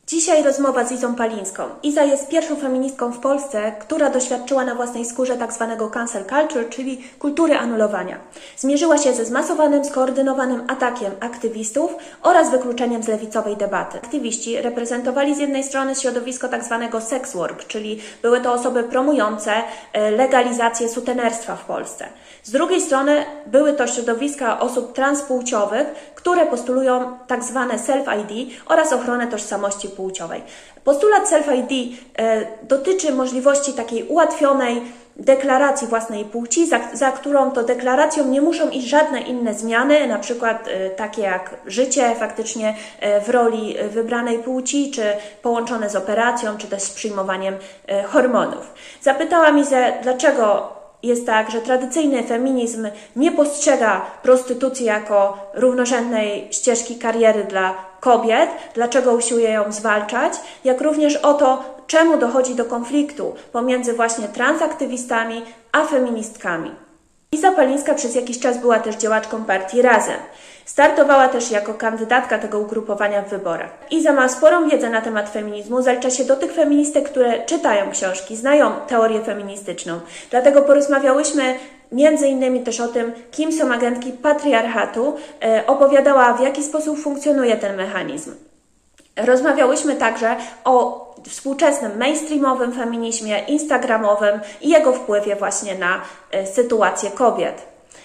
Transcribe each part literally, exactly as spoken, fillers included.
Dzisiaj rozmowa z Izą Palińską. Iza jest pierwszą feministką w Polsce, która doświadczyła na własnej skórze tzw. cancel culture, czyli kultury anulowania. Zmierzyła się ze zmasowanym, skoordynowanym atakiem aktywistów oraz wykluczeniem z lewicowej debaty. Aktywiści reprezentowali z jednej strony środowisko tzw. sex work, czyli były to osoby promujące legalizację sutenerstwa w Polsce. Z drugiej strony były to środowiska osób transpłciowych, które postulują tzw. self-I D oraz ochronę tożsamości płciowej. Postulat self-I D e, dotyczy możliwości takiej ułatwionej deklaracji własnej płci, za, za którą to deklaracją nie muszą iść żadne inne zmiany, na przykład e, takie jak życie faktycznie e, w roli wybranej płci, czy połączone z operacją, czy też z przyjmowaniem e, hormonów. Zapytałam Izę, dlaczego jest tak, że tradycyjny feminizm nie postrzega prostytucji jako równorzędnej ścieżki kariery dla kobiet, dlaczego usiłuje ją zwalczać, jak również o to, czemu dochodzi do konfliktu pomiędzy właśnie transaktywistami a feministkami. Iza Palińska przez jakiś czas była też działaczką partii Razem. Startowała też jako kandydatka tego ugrupowania w wyborach. Iza ma sporą wiedzę na temat feminizmu, zalicza się do tych feministek, które czytają książki, znają teorię feministyczną. Dlatego porozmawiałyśmy między innymi też o tym, kim są agentki patriarchatu, e, opowiadała, w jaki sposób funkcjonuje ten mechanizm. Rozmawiałyśmy także o współczesnym mainstreamowym feminizmie, instagramowym i jego wpływie właśnie na e, sytuację kobiet.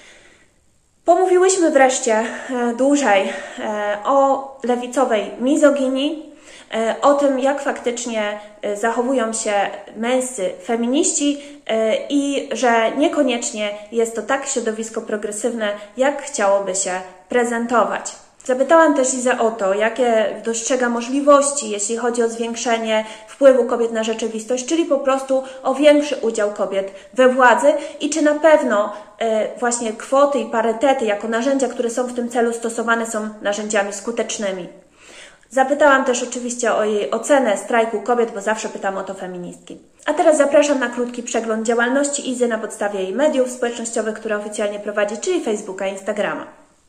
Pomówiłyśmy wreszcie dłużej o lewicowej mizoginii, o tym, jak faktycznie zachowują się męscy feminiści i że niekoniecznie jest to tak środowisko progresywne, jak chciałoby się prezentować. Zapytałam też Izę o to, jakie dostrzega możliwości, jeśli chodzi o zwiększenie wpływu kobiet na rzeczywistość, czyli po prostu o większy udział kobiet we władzy i czy na pewno e, właśnie kwoty i parytety jako narzędzia, które są w tym celu stosowane, są narzędziami skutecznymi. Zapytałam też oczywiście o jej ocenę strajku kobiet, bo zawsze pytam o to feministki. A teraz zapraszam na krótki przegląd działalności Izy na podstawie jej mediów społecznościowych, które oficjalnie prowadzi, czyli Facebooka i Instagrama.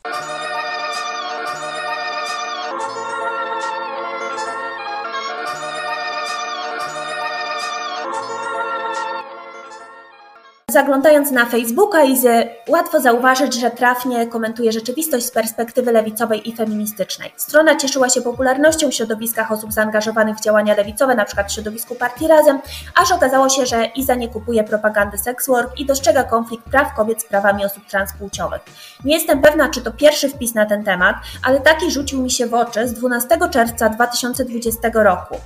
Zaglądając na Facebooka Izy, łatwo zauważyć, że trafnie komentuje rzeczywistość z perspektywy lewicowej i feministycznej. Strona cieszyła się popularnością w środowiskach osób zaangażowanych w działania lewicowe, np. w środowisku partii Razem, aż okazało się, że Iza nie kupuje propagandy sex work i dostrzega konflikt praw kobiet z prawami osób transpłciowych. Nie jestem pewna, czy to pierwszy wpis na ten temat, ale taki rzucił mi się w oczy z dwunastego czerwca dwa tysiące dwudziestego roku.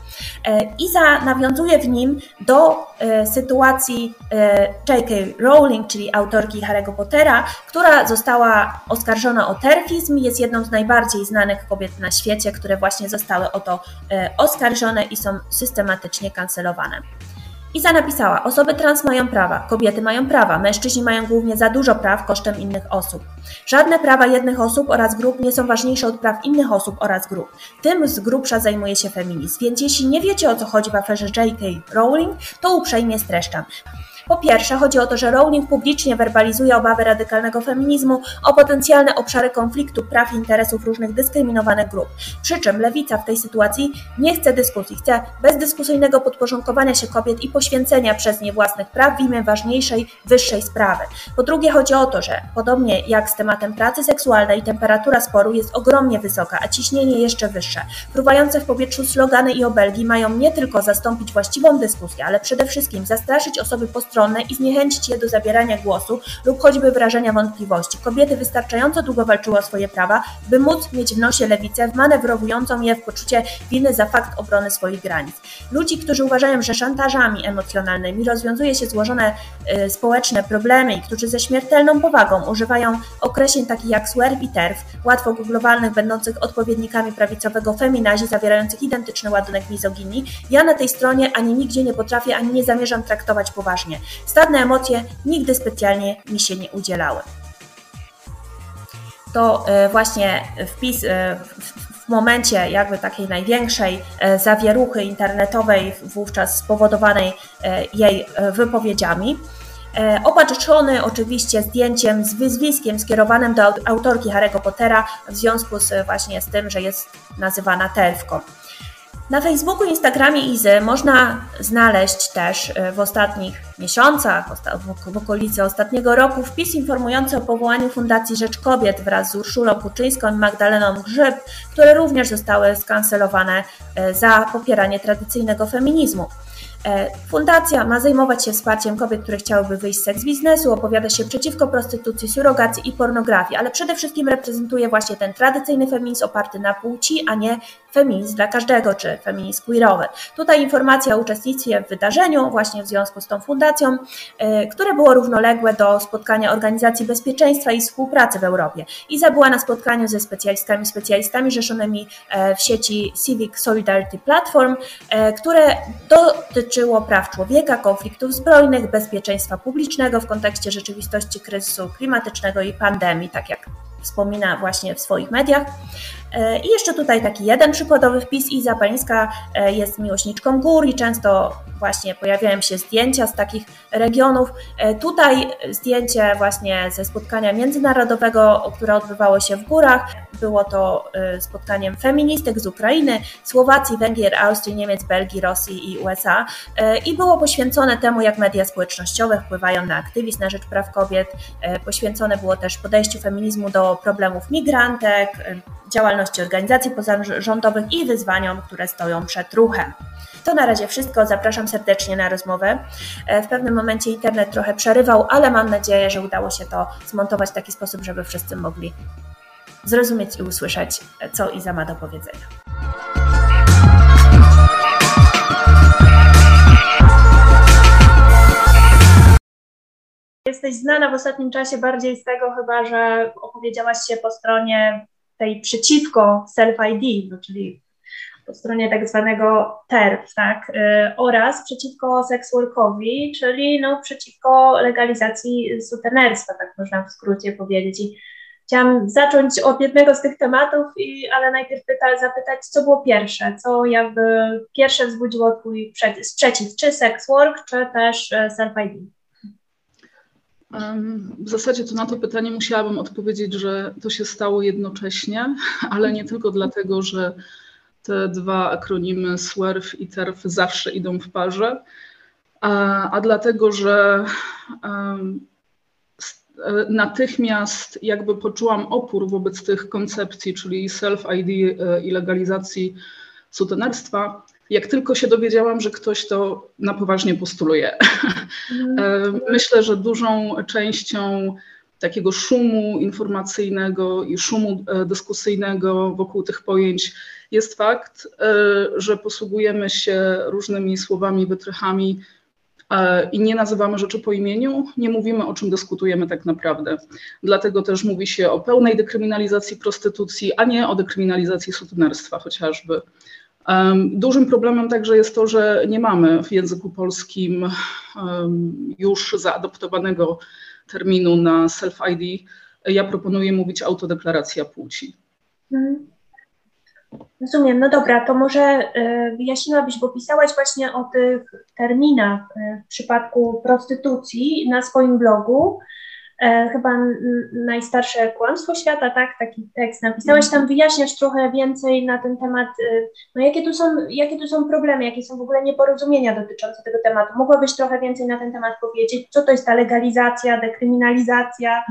Iza nawiązuje w nim do e, sytuacji e, J K Rowling, czyli autorki Harry'ego Pottera, która została oskarżona o terfizm, jest jedną z najbardziej znanych kobiet na świecie, które właśnie zostały o to e, oskarżone i są systematycznie kancelowane. Iza napisała: osoby trans mają prawa, kobiety mają prawa, mężczyźni mają głównie za dużo praw kosztem innych osób. Żadne prawa jednych osób oraz grup nie są ważniejsze od praw innych osób oraz grup. Tym z grubsza zajmuje się feminizm, więc jeśli nie wiecie, o co chodzi w aferze J K Rowling, to uprzejmie streszczam. Po pierwsze, chodzi o to, że Rowling publicznie werbalizuje obawy radykalnego feminizmu o potencjalne obszary konfliktu praw i interesów różnych dyskryminowanych grup. Przy czym lewica w tej sytuacji nie chce dyskusji, chce bezdyskusyjnego podporządkowania się kobiet i poświęcenia przez nie własnych praw w imię ważniejszej, wyższej sprawy. Po drugie, chodzi o to, że podobnie jak z tematem pracy seksualnej, temperatura sporu jest ogromnie wysoka, a ciśnienie jeszcze wyższe. Fruwające w powietrzu slogany i obelgi mają nie tylko zastąpić właściwą dyskusję, ale przede wszystkim zastraszyć osoby postronne i zniechęcić je do zabierania głosu lub choćby wyrażenia wątpliwości. Kobiety wystarczająco długo walczyły o swoje prawa, by móc mieć w nosie lewicę wmanewrowującą je w poczucie winy za fakt obrony swoich granic. Ludzi, którzy uważają, że szantażami emocjonalnymi rozwiązuje się złożone y, społeczne problemy i którzy ze śmiertelną powagą używają określeń takich jak swerw i terf, łatwo googlowalnych, będących odpowiednikami prawicowego feminazi, zawierających identyczny ładunek mizoginii, ja na tej stronie ani nigdzie nie potrafię, ani nie zamierzam traktować poważnie. Stadne emocje nigdy specjalnie mi się nie udzielały. To właśnie wpis w momencie jakby takiej największej zawieruchy internetowej, wówczas spowodowanej jej wypowiedziami. Opatrzony oczywiście zdjęciem z wyzwiskiem skierowanym do autorki Harry'ego Pottera w związku z właśnie z tym, że jest nazywana telfką. Na Facebooku i Instagramie Izy można znaleźć też w ostatnich miesiącach, w okolicy ostatniego roku wpis informujący o powołaniu Fundacji Rzecz Kobiet wraz z Urszulą Kuczyńską i Magdaleną Grzyb, które również zostały skancelowane za popieranie tradycyjnego feminizmu. Fundacja ma zajmować się wsparciem kobiet, które chciałyby wyjść z seks biznesu, opowiada się przeciwko prostytucji, surogacji i pornografii, ale przede wszystkim reprezentuje właśnie ten tradycyjny feminizm oparty na płci, a nie feminizm dla każdego, czy feminizm queerowy. Tutaj informacja o uczestnictwie w wydarzeniu właśnie w związku z tą fundacją, które było równoległe do spotkania Organizacji Bezpieczeństwa i Współpracy w Europie. Iza była na spotkaniu ze specjalistami, specjalistami rzeszonymi w sieci Civic Solidarity Platform, które dotyczyło praw człowieka, konfliktów zbrojnych, bezpieczeństwa publicznego w kontekście rzeczywistości kryzysu klimatycznego i pandemii, tak jak wspomina właśnie w swoich mediach. I jeszcze tutaj taki jeden przykładowy wpis. Iza Palińska jest miłośniczką gór i często właśnie pojawiają się zdjęcia z takich regionów. Tutaj zdjęcie właśnie ze spotkania międzynarodowego, które odbywało się w górach. Było to spotkaniem feministek z Ukrainy, Słowacji, Węgier, Austrii, Niemiec, Belgii, Rosji i U S A i było poświęcone temu, jak media społecznościowe wpływają na aktywizm na rzecz praw kobiet. Poświęcone było też podejściu feminizmu do problemów migrantek, działalności organizacji pozarządowych i wyzwaniom, które stoją przed ruchem. To na razie wszystko. Zapraszam serdecznie na rozmowę. W pewnym momencie internet trochę przerywał, ale mam nadzieję, że udało się to zmontować w taki sposób, żeby wszyscy mogli zrozumieć i usłyszeć, co Iza ma do powiedzenia. Jesteś znana w ostatnim czasie bardziej z tego chyba, że opowiedziałaś się po stronie tej przeciwko self-I D, no, czyli po stronie tak zwanego T E R P, tak, yy, oraz przeciwko sex workowi, czyli no, przeciwko legalizacji sutenerstwa, tak można w skrócie powiedzieć. I chciałam zacząć od jednego z tych tematów, i, ale najpierw pyta, zapytać, co było pierwsze, co jakby pierwsze wzbudziło twój sprzeciw, czy sex work, czy też self-I D? W zasadzie to na to pytanie musiałabym odpowiedzieć, że to się stało jednocześnie, ale nie tylko dlatego, że te dwa akronimy S W E R F i T E R P zawsze idą w parze, a, a dlatego, że um, natychmiast jakby poczułam opór wobec tych koncepcji, czyli self-I D i legalizacji sutenerstwa, jak tylko się dowiedziałam, że ktoś to na poważnie postuluje. Mm. Myślę, że dużą częścią takiego szumu informacyjnego i szumu dyskusyjnego wokół tych pojęć jest fakt, że posługujemy się różnymi słowami, wytrychami i nie nazywamy rzeczy po imieniu, nie mówimy, o czym dyskutujemy tak naprawdę. Dlatego też mówi się o pełnej dekryminalizacji prostytucji, a nie o dekryminalizacji sutenerstwa chociażby. Dużym problemem także jest to, że nie mamy w języku polskim już zaadoptowanego terminu na self-I D. Ja proponuję mówić autodeklaracja płci. Hmm. Rozumiem, no dobra, to może wyjaśniłabyś, bo pisałaś właśnie o tych terminach w przypadku prostytucji na swoim blogu. Chyba najstarsze kłamstwo świata, tak? Taki tekst napisałaś, tam wyjaśniasz trochę więcej na ten temat, no jakie tu są, jakie tu są problemy, jakie są w ogóle nieporozumienia dotyczące tego tematu. Mogłabyś trochę więcej na ten temat powiedzieć, co to jest ta legalizacja, dekryminalizacja,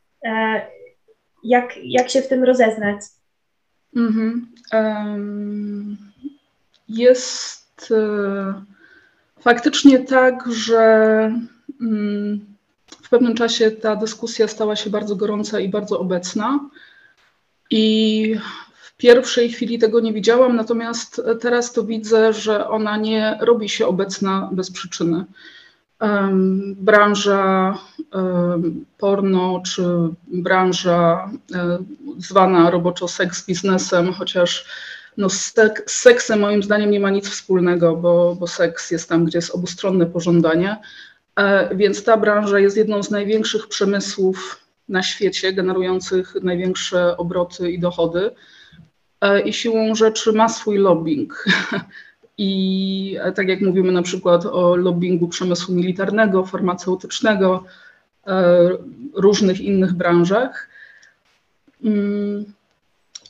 jak, jak się w tym rozeznać? Mm-hmm. Um, jest uh, faktycznie tak, że um, w pewnym czasie ta dyskusja stała się bardzo gorąca i bardzo obecna i w pierwszej chwili tego nie widziałam, natomiast teraz to widzę, że ona nie robi się obecna bez przyczyny. Um, branża um, porno czy branża um, zwana roboczo seks biznesem, chociaż no, sek, z seksem moim zdaniem nie ma nic wspólnego, bo, bo seks jest tam, gdzie jest obustronne pożądanie. Więc ta branża jest jedną z największych przemysłów na świecie, generujących największe obroty i dochody. I siłą rzeczy ma swój lobbying. I tak jak mówimy na przykład o lobbingu przemysłu militarnego, farmaceutycznego, różnych innych branżach.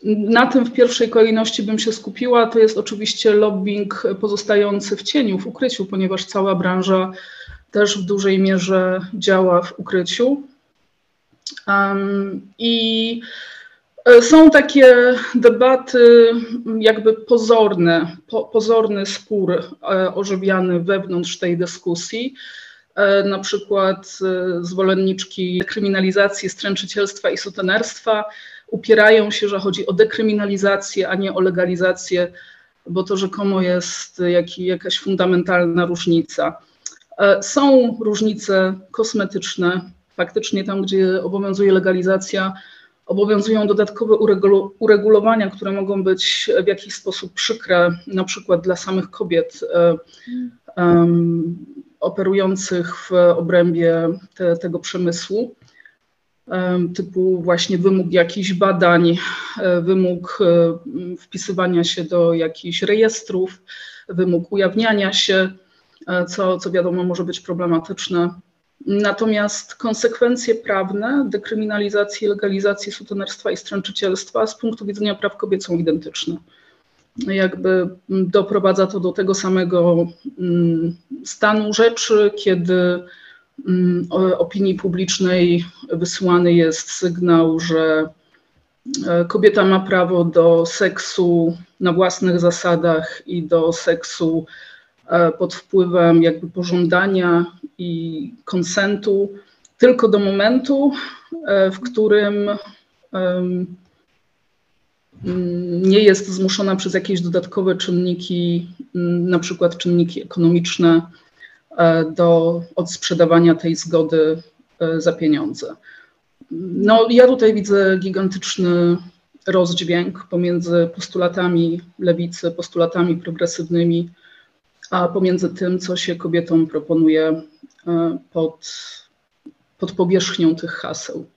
na tym w pierwszej kolejności bym się skupiła. To jest oczywiście lobbying pozostający w cieniu, w ukryciu, ponieważ cała branża też w dużej mierze działa w ukryciu. Um, I są takie debaty, jakby pozorne, po, pozorny spór e, ożywiany wewnątrz tej dyskusji. E, na przykład e, zwolenniczki dekryminalizacji stręczycielstwa i sutenerstwa upierają się, że chodzi o dekryminalizację, a nie o legalizację, bo to rzekomo jest jak, jakaś fundamentalna różnica. E, są różnice kosmetyczne. Faktycznie tam, gdzie obowiązuje legalizacja, obowiązują dodatkowe uregul- uregulowania, które mogą być w jakiś sposób przykre, na przykład dla samych kobiet um, operujących w obrębie te, tego przemysłu, um, typu właśnie wymóg jakichś badań, wymóg um, wpisywania się do jakichś rejestrów, wymóg ujawniania się, co, co wiadomo może być problematyczne. Natomiast konsekwencje prawne dekryminalizacji, legalizacji sutenerstwa i stręczycielstwa z punktu widzenia praw kobiet są identyczne. Jakby doprowadza to do tego samego stanu rzeczy, kiedy opinii publicznej wysyłany jest sygnał, że kobieta ma prawo do seksu na własnych zasadach i do seksu pod wpływem jakby pożądania i konsentu tylko do momentu, w którym nie jest zmuszona przez jakieś dodatkowe czynniki, na przykład czynniki ekonomiczne, do odsprzedawania tej zgody za pieniądze. No, ja tutaj widzę gigantyczny rozdźwięk pomiędzy postulatami lewicy, postulatami progresywnymi, a pomiędzy tym, co się kobietom proponuje pod, pod powierzchnią tych haseł.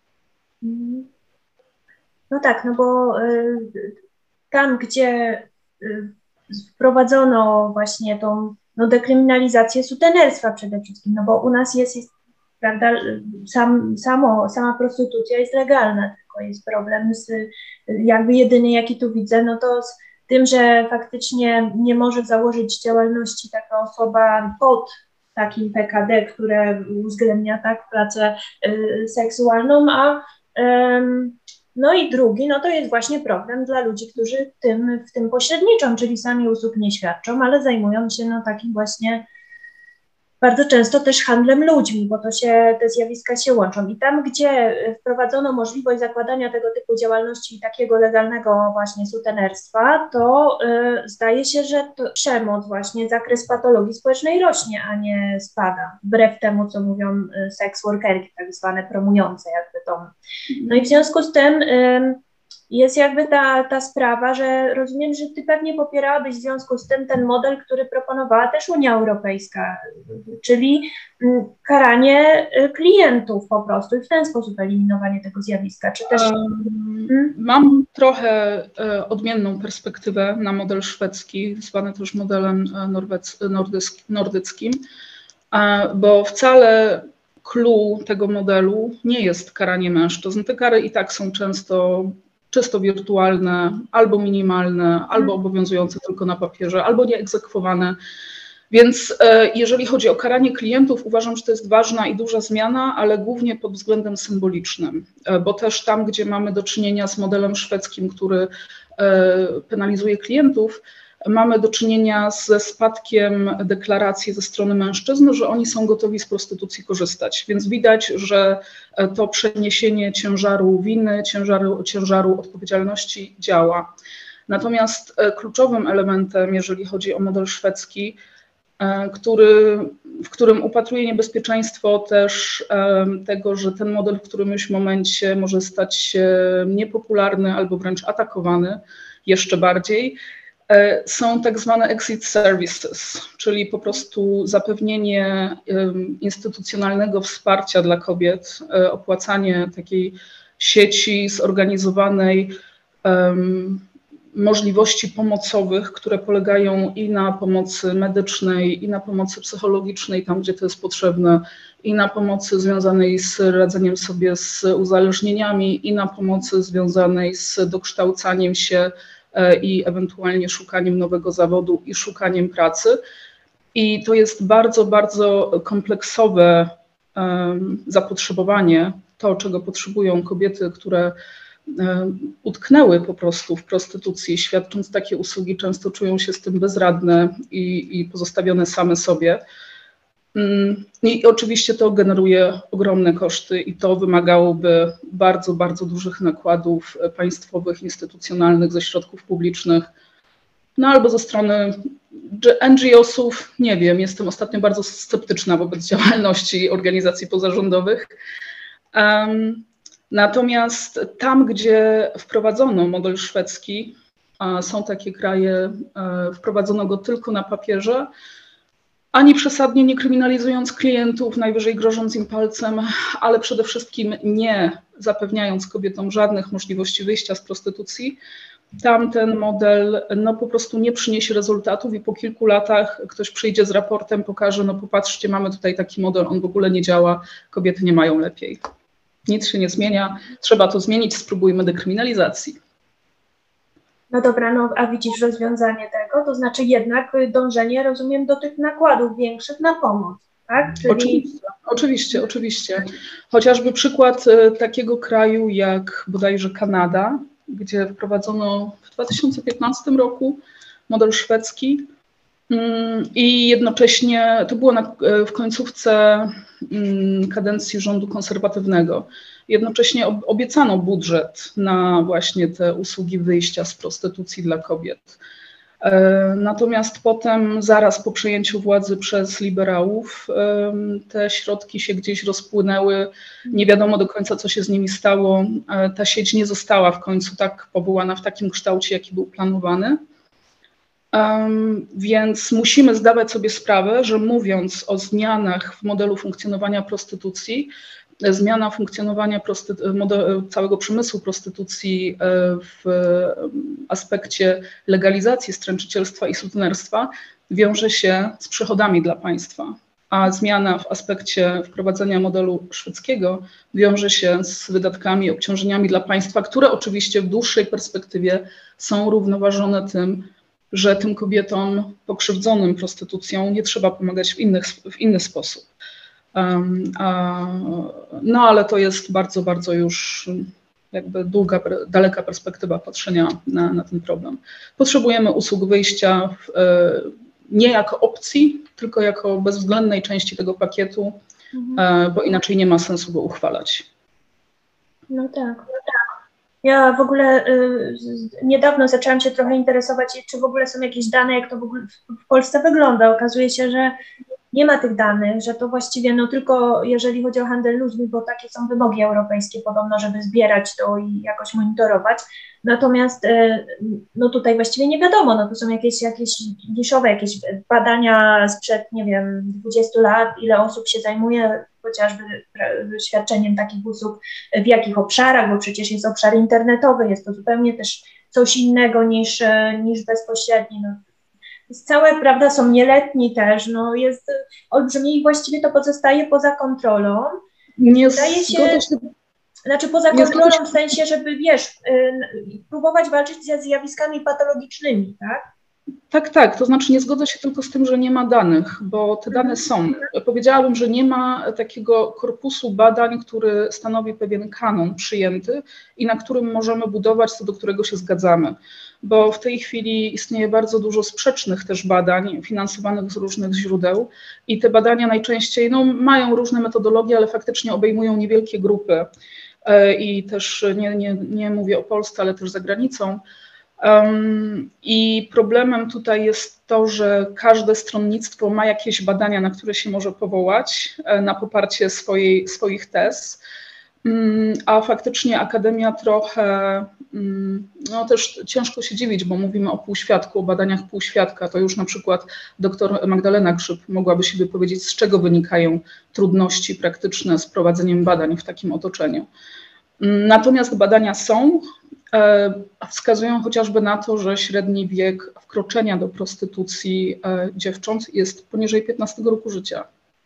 No tak, no bo y, tam, gdzie y, wprowadzono właśnie tą no, dekryminalizację sutenerstwa przede wszystkim, no bo u nas jest, jest prawda, sam, samo, sama prostytucja jest legalna, tylko jest problem z, jakby jedyny, jaki tu widzę, no to z tym, że faktycznie nie może założyć działalności taka osoba pod takim P K D, które uwzględnia tak pracę y, seksualną, a ym, no i drugi, no to jest właśnie problem dla ludzi, którzy w tym, w tym pośredniczą, czyli sami usług nie świadczą, ale zajmują się no takim właśnie bardzo często też handlem ludźmi, bo to się, te zjawiska się łączą. I tam, gdzie wprowadzono możliwość zakładania tego typu działalności takiego legalnego właśnie sutenerstwa, to y, zdaje się, że to przemoc właśnie, zakres patologii społecznej rośnie, a nie spada, wbrew temu, co mówią y, sex workerki, tak zwane promujące jakby to. No i w związku z tym y, jest jakby ta, ta sprawa, że rozumiem, że ty pewnie popierałabyś w związku z tym ten model, który proponowała też Unia Europejska, czyli karanie klientów po prostu i w ten sposób eliminowanie tego zjawiska. Czy też... Um, mam trochę odmienną perspektywę na model szwedzki, zwany też modelem nordyc, nordyckim, bo wcale clue tego modelu nie jest karanie mężczyzn. Te kary i tak są często czysto wirtualne, albo minimalne, albo obowiązujące tylko na papierze, albo nieegzekwowane. Więc e, jeżeli chodzi o karanie klientów, uważam, że to jest ważna i duża zmiana, ale głównie pod względem symbolicznym, e, bo też tam, gdzie mamy do czynienia z modelem szwedzkim, który e, penalizuje klientów, mamy do czynienia ze spadkiem deklaracji ze strony mężczyzn, że oni są gotowi z prostytucji korzystać. Więc widać, że to przeniesienie ciężaru winy, ciężaru, ciężaru odpowiedzialności działa. Natomiast kluczowym elementem, jeżeli chodzi o model szwedzki, który, w którym upatruję niebezpieczeństwo też tego, że ten model w którymś momencie może stać się niepopularny albo wręcz atakowany jeszcze bardziej, są tak zwane exit services, czyli po prostu zapewnienie instytucjonalnego wsparcia dla kobiet, opłacanie takiej sieci zorganizowanej możliwości pomocowych, które polegają i na pomocy medycznej, i na pomocy psychologicznej, tam gdzie to jest potrzebne, i na pomocy związanej z radzeniem sobie z uzależnieniami, i na pomocy związanej z dokształcaniem się i ewentualnie szukaniem nowego zawodu i szukaniem pracy. I to jest bardzo, bardzo kompleksowe zapotrzebowanie, to czego potrzebują kobiety, które utknęły po prostu w prostytucji, świadcząc takie usługi, często czują się z tym bezradne i, i pozostawione same sobie. I oczywiście to generuje ogromne koszty i to wymagałoby bardzo, bardzo dużych nakładów państwowych, instytucjonalnych, ze środków publicznych, no albo ze strony N G O sów, nie wiem, jestem ostatnio bardzo sceptyczna wobec działalności organizacji pozarządowych. Um, Natomiast tam, gdzie wprowadzono model szwedzki, a są takie kraje, wprowadzono go tylko na papierze, ani przesadnie nie kryminalizując klientów, najwyżej grożąc im palcem, ale przede wszystkim nie zapewniając kobietom żadnych możliwości wyjścia z prostytucji, tam ten model no, po prostu nie przyniesie rezultatów i po kilku latach ktoś przyjdzie z raportem, pokaże, no popatrzcie, mamy tutaj taki model, on w ogóle nie działa, kobiety nie mają lepiej. Nic się nie zmienia, trzeba to zmienić, spróbujmy dekryminalizacji. No dobra, no a widzisz rozwiązanie tego, to znaczy jednak dążenie, rozumiem, do tych nakładów większych na pomoc, tak? Czyli... Oczywiście, oczywiście, oczywiście. Chociażby przykład takiego kraju jak bodajże Kanada, gdzie wprowadzono w dwa tysiące piętnastym roku model szwedzki, i jednocześnie to było na, w końcówce kadencji rządu konserwatywnego. Jednocześnie obiecano budżet na właśnie te usługi wyjścia z prostytucji dla kobiet. Natomiast potem, zaraz po przejęciu władzy przez liberałów, te środki się gdzieś rozpłynęły. Nie wiadomo do końca, co się z nimi stało. Ta sieć nie została w końcu tak powołana w takim kształcie, jaki był planowany. Um, więc musimy zdawać sobie sprawę, że mówiąc o zmianach w modelu funkcjonowania prostytucji, zmiana funkcjonowania prosty- modelu, całego przemysłu prostytucji w aspekcie legalizacji stręczycielstwa i sutenerstwa wiąże się z przychodami dla państwa, a zmiana w aspekcie wprowadzenia modelu szwedzkiego wiąże się z wydatkami, obciążeniami dla państwa, które oczywiście w dłuższej perspektywie są równoważone tym, że tym kobietom pokrzywdzonym prostytucją nie trzeba pomagać w, innych, w inny sposób. Um, a, no ale to jest bardzo, bardzo już jakby długa, daleka perspektywa patrzenia na, na ten problem. Potrzebujemy usług wyjścia w, nie jako opcji, tylko jako bezwzględnej części tego pakietu, mhm. bo inaczej nie ma sensu go uchwalać. No tak, no tak. Ja w ogóle y, niedawno zaczęłam się trochę interesować, czy w ogóle są jakieś dane, jak to w ogóle w, w Polsce wygląda. Okazuje się, że nie ma tych danych, że to właściwie no tylko jeżeli chodzi o handel ludźmi, bo takie są wymogi europejskie podobno, żeby zbierać to i jakoś monitorować. Natomiast y, no tutaj właściwie nie wiadomo, no to są jakieś, jakieś niszowe jakieś badania sprzed, nie wiem, dwudziestu lat, ile osób się zajmuje chociażby świadczeniem takich usług, w jakich obszarach, bo przecież jest obszar internetowy, jest to zupełnie też coś innego niż, niż bezpośredni. No. Jest całe, prawda, są nieletni też, no jest olbrzymie i właściwie to pozostaje poza kontrolą. Nie Wydaje się, się, znaczy poza kontrolą w sensie, żeby, wiesz, próbować walczyć ze zjawiskami patologicznymi, tak? Tak, tak, to znaczy nie zgodzę się tylko z tym, że nie ma danych, bo te dane są. Powiedziałabym, że nie ma takiego korpusu badań, który stanowi pewien kanon przyjęty i na którym możemy budować, co do którego się zgadzamy. Bo w tej chwili istnieje bardzo dużo sprzecznych też badań finansowanych z różnych źródeł i te badania najczęściej no, mają różne metodologie, ale faktycznie obejmują niewielkie grupy i też nie, nie, nie mówię o Polsce, ale też za granicą. Um, I problemem tutaj jest to, że każde stronnictwo ma jakieś badania, na które się może powołać na poparcie swojej, swoich tez, um, a faktycznie akademia trochę, um, no też ciężko się dziwić, bo mówimy o półświadku, o badaniach półświadka, to już na przykład doktor Magdalena Grzyb mogłaby się wypowiedzieć, z czego wynikają trudności praktyczne z prowadzeniem badań w takim otoczeniu. Um, natomiast badania są, wskazują chociażby na to, że średni wiek wkroczenia do prostytucji dziewcząt jest poniżej piętnastego roku życia.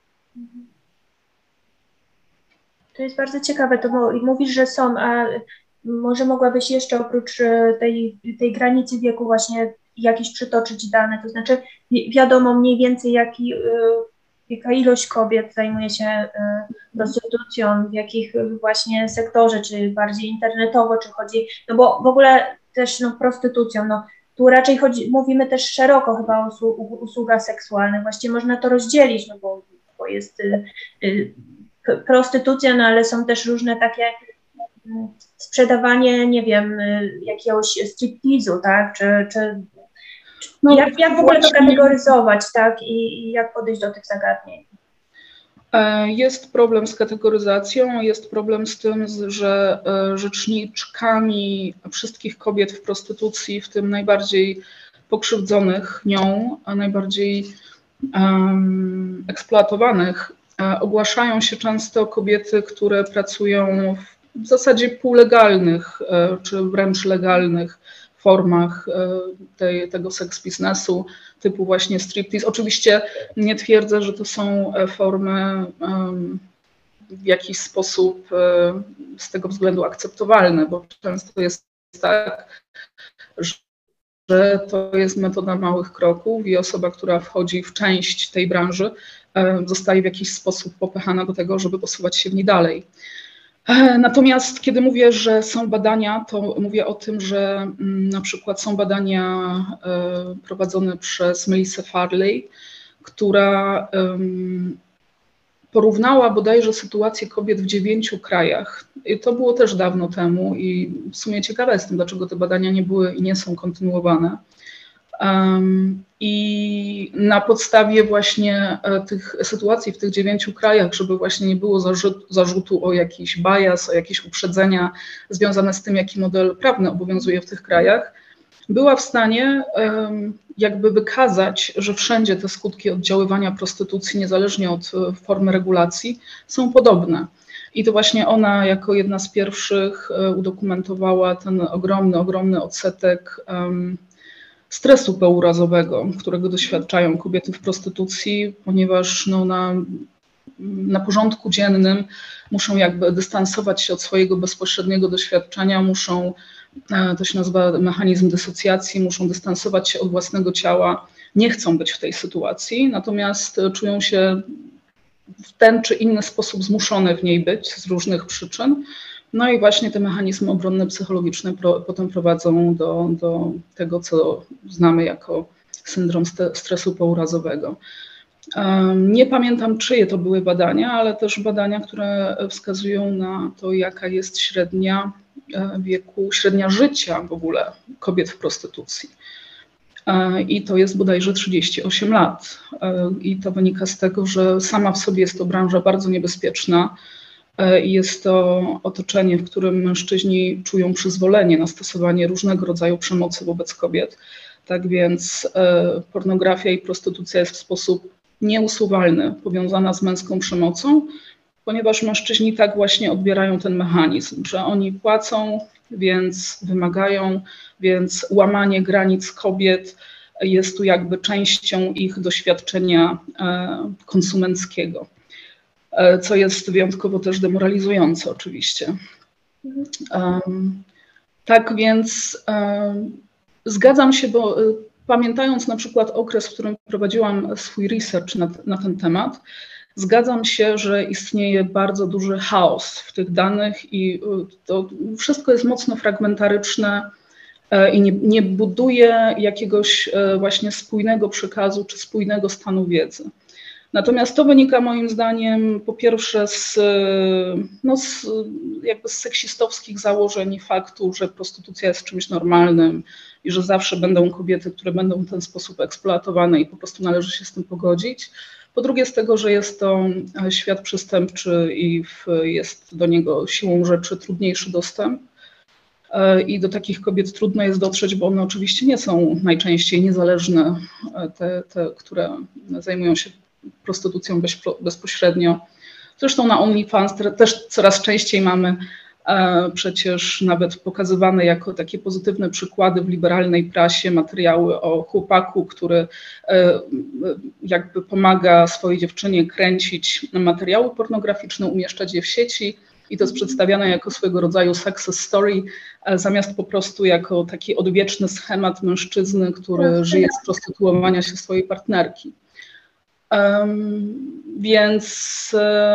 To jest bardzo ciekawe, to mówisz, że są, a może mogłabyś jeszcze oprócz tej, tej granicy wieku właśnie jakieś przytoczyć dane, to znaczy wiadomo mniej więcej jaki, jaka ilość kobiet zajmuje się prostytucją, w jakich właśnie sektorze, czy bardziej internetowo, czy chodzi, no bo w ogóle też no, prostytucją, no tu raczej chodzi, mówimy też szeroko chyba o usługach seksualnych, właściwie można to rozdzielić, no bo, bo jest y, y, prostytucja, no ale są też różne takie y, sprzedawanie, nie wiem, y, jakiegoś striptease'u, tak, czy, czy no, jak, jak w ogóle to kategoryzować, tak, i, i jak podejść do tych zagadnień? Jest problem z kategoryzacją, jest problem z tym, że rzeczniczkami wszystkich kobiet w prostytucji, w tym najbardziej pokrzywdzonych nią, a najbardziej um, eksploatowanych, ogłaszają się często kobiety, które pracują w zasadzie półlegalnych czy wręcz legalnych formach tej, tego seks biznesu, typu właśnie striptease. Oczywiście nie twierdzę, że to są formy w jakiś sposób z tego względu akceptowalne, bo często jest tak, że to jest metoda małych kroków i osoba, która wchodzi w część tej branży, zostaje w jakiś sposób popychana do tego, żeby posuwać się w niej dalej. Natomiast kiedy mówię, że są badania, to mówię o tym, że na przykład są badania prowadzone przez Melissę Farley, która porównała bodajże sytuację kobiet w dziewięciu krajach. I to było też dawno temu i w sumie ciekawa jestem, dlaczego te badania nie były i nie są kontynuowane. Um, I na podstawie właśnie tych sytuacji w tych dziewięciu krajach, żeby właśnie nie było zarzut, zarzutu o jakiś bias, o jakieś uprzedzenia związane z tym, jaki model prawny obowiązuje w tych krajach, była w stanie um, jakby wykazać, że wszędzie te skutki oddziaływania prostytucji, niezależnie od formy regulacji, są podobne. I to właśnie ona jako jedna z pierwszych udokumentowała ten ogromny, ogromny odsetek um, stresu pourazowego, którego doświadczają kobiety w prostytucji, ponieważ no, na, na porządku dziennym muszą jakby dystansować się od swojego bezpośredniego doświadczenia, muszą, to się nazywa mechanizm dysocjacji, muszą dystansować się od własnego ciała, nie chcą być w tej sytuacji, natomiast czują się w ten czy inny sposób zmuszone w niej być z różnych przyczyn. No i właśnie te mechanizmy obronne psychologiczne pro, potem prowadzą do, do tego, co znamy jako syndrom stresu pourazowego. Nie pamiętam, czyje to były badania, ale też badania, które wskazują na to, jaka jest średnia wieku, średnia życia w ogóle kobiet w prostytucji. I to jest bodajże trzydzieści osiem lat. I to wynika z tego, że sama w sobie jest to branża bardzo niebezpieczna. I jest to otoczenie, w którym mężczyźni czują przyzwolenie na stosowanie różnego rodzaju przemocy wobec kobiet. Tak więc pornografia i prostytucja jest w sposób nieusuwalny powiązana z męską przemocą, ponieważ mężczyźni tak właśnie odbierają ten mechanizm, że oni płacą, więc wymagają, więc łamanie granic kobiet jest tu jakby częścią ich doświadczenia konsumenckiego, co jest wyjątkowo też demoralizujące oczywiście. Um, tak więc um, zgadzam się, bo y, pamiętając na przykład okres, w którym prowadziłam swój research na, na ten temat, zgadzam się, że istnieje bardzo duży chaos w tych danych i y, to wszystko jest mocno fragmentaryczne y, i nie, nie buduje jakiegoś y, właśnie spójnego przekazu czy spójnego stanu wiedzy. Natomiast to wynika moim zdaniem po pierwsze z, no z, jakby z seksistowskich założeń faktu, że prostytucja jest czymś normalnym i że zawsze będą kobiety, które będą w ten sposób eksploatowane i po prostu należy się z tym pogodzić. Po drugie z tego, że jest to świat przestępczy i w, jest do niego siłą rzeczy trudniejszy dostęp. I do takich kobiet trudno jest dotrzeć, bo one oczywiście nie są najczęściej niezależne, te, te które zajmują się prostytucją bezpośrednio. Zresztą na OnlyFans też coraz częściej mamy Przecież nawet pokazywane jako takie pozytywne przykłady w liberalnej prasie materiały o chłopaku, który jakby pomaga swojej dziewczynie kręcić materiały pornograficzne, umieszczać je w sieci i to jest przedstawiane jako swego rodzaju success story, zamiast po prostu jako taki odwieczny schemat mężczyzny, który żyje z prostytuowania się swojej partnerki. Um, więc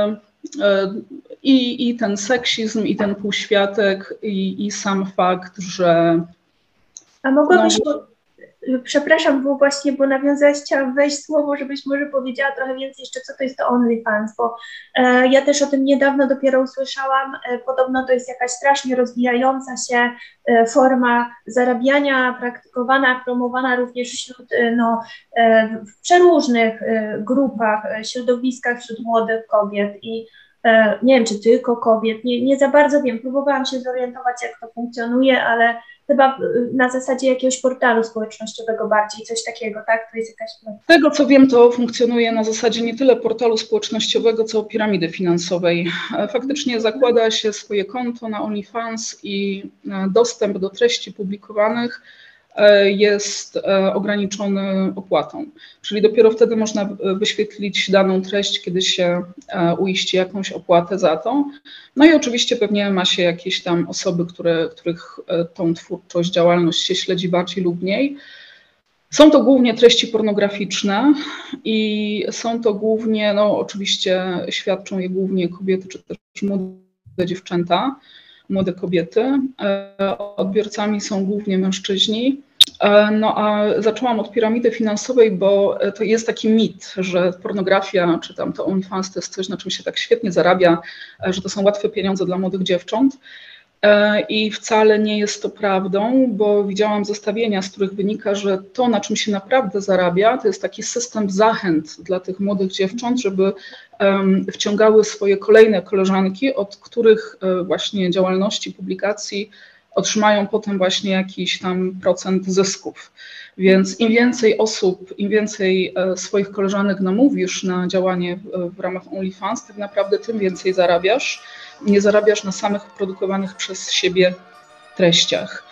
I, i ten seksizm, i ten półświatek, i, i sam fakt, że... A mogłabyś, no, przepraszam, bo właśnie, bo nawiązałaś, chciałam wejść słowo, żebyś może powiedziała trochę więcej jeszcze, co to jest to OnlyFans, bo e, ja też o tym niedawno dopiero usłyszałam, e, podobno to jest jakaś strasznie rozwijająca się e, forma zarabiania, praktykowana, promowana również wśród, e, no, e, w przeróżnych e, grupach, e, środowiskach wśród młodych kobiet i e, nie wiem, czy tylko kobiet, nie, nie za bardzo wiem, próbowałam się zorientować, jak to funkcjonuje, ale chyba na zasadzie jakiegoś portalu społecznościowego bardziej, coś takiego, tak? To jest jakaś... Z tego co wiem, to funkcjonuje na zasadzie nie tyle portalu społecznościowego, co piramidy finansowej. Faktycznie zakłada się swoje konto na OnlyFans i dostęp do treści publikowanych jest ograniczony opłatą. Czyli dopiero wtedy można wyświetlić daną treść, kiedy się uiści jakąś opłatę za to. No i oczywiście pewnie ma się jakieś tam osoby, które, których tą twórczość, działalność się śledzi bardziej lub mniej. Są to głównie treści pornograficzne i są to głównie, no oczywiście świadczą je głównie kobiety czy też młode dziewczęta, młode kobiety. Odbiorcami są głównie mężczyźni. No a zaczęłam od piramidy finansowej, bo to jest taki mit, że pornografia czy tam to OnlyFans to jest coś, na czym się tak świetnie zarabia, że to są łatwe pieniądze dla młodych dziewcząt. I wcale nie jest to prawdą, bo widziałam zestawienia, z których wynika, że to, na czym się naprawdę zarabia, to jest taki system zachęt dla tych młodych dziewcząt, żeby um, wciągały swoje kolejne koleżanki, od których um, właśnie działalności, publikacji otrzymają potem właśnie jakiś tam procent zysków. Więc im więcej osób, im więcej e, swoich koleżanek namówisz na działanie w, w ramach OnlyFans, tak naprawdę tym więcej zarabiasz. Nie zarabiasz na samych produkowanych przez siebie treściach.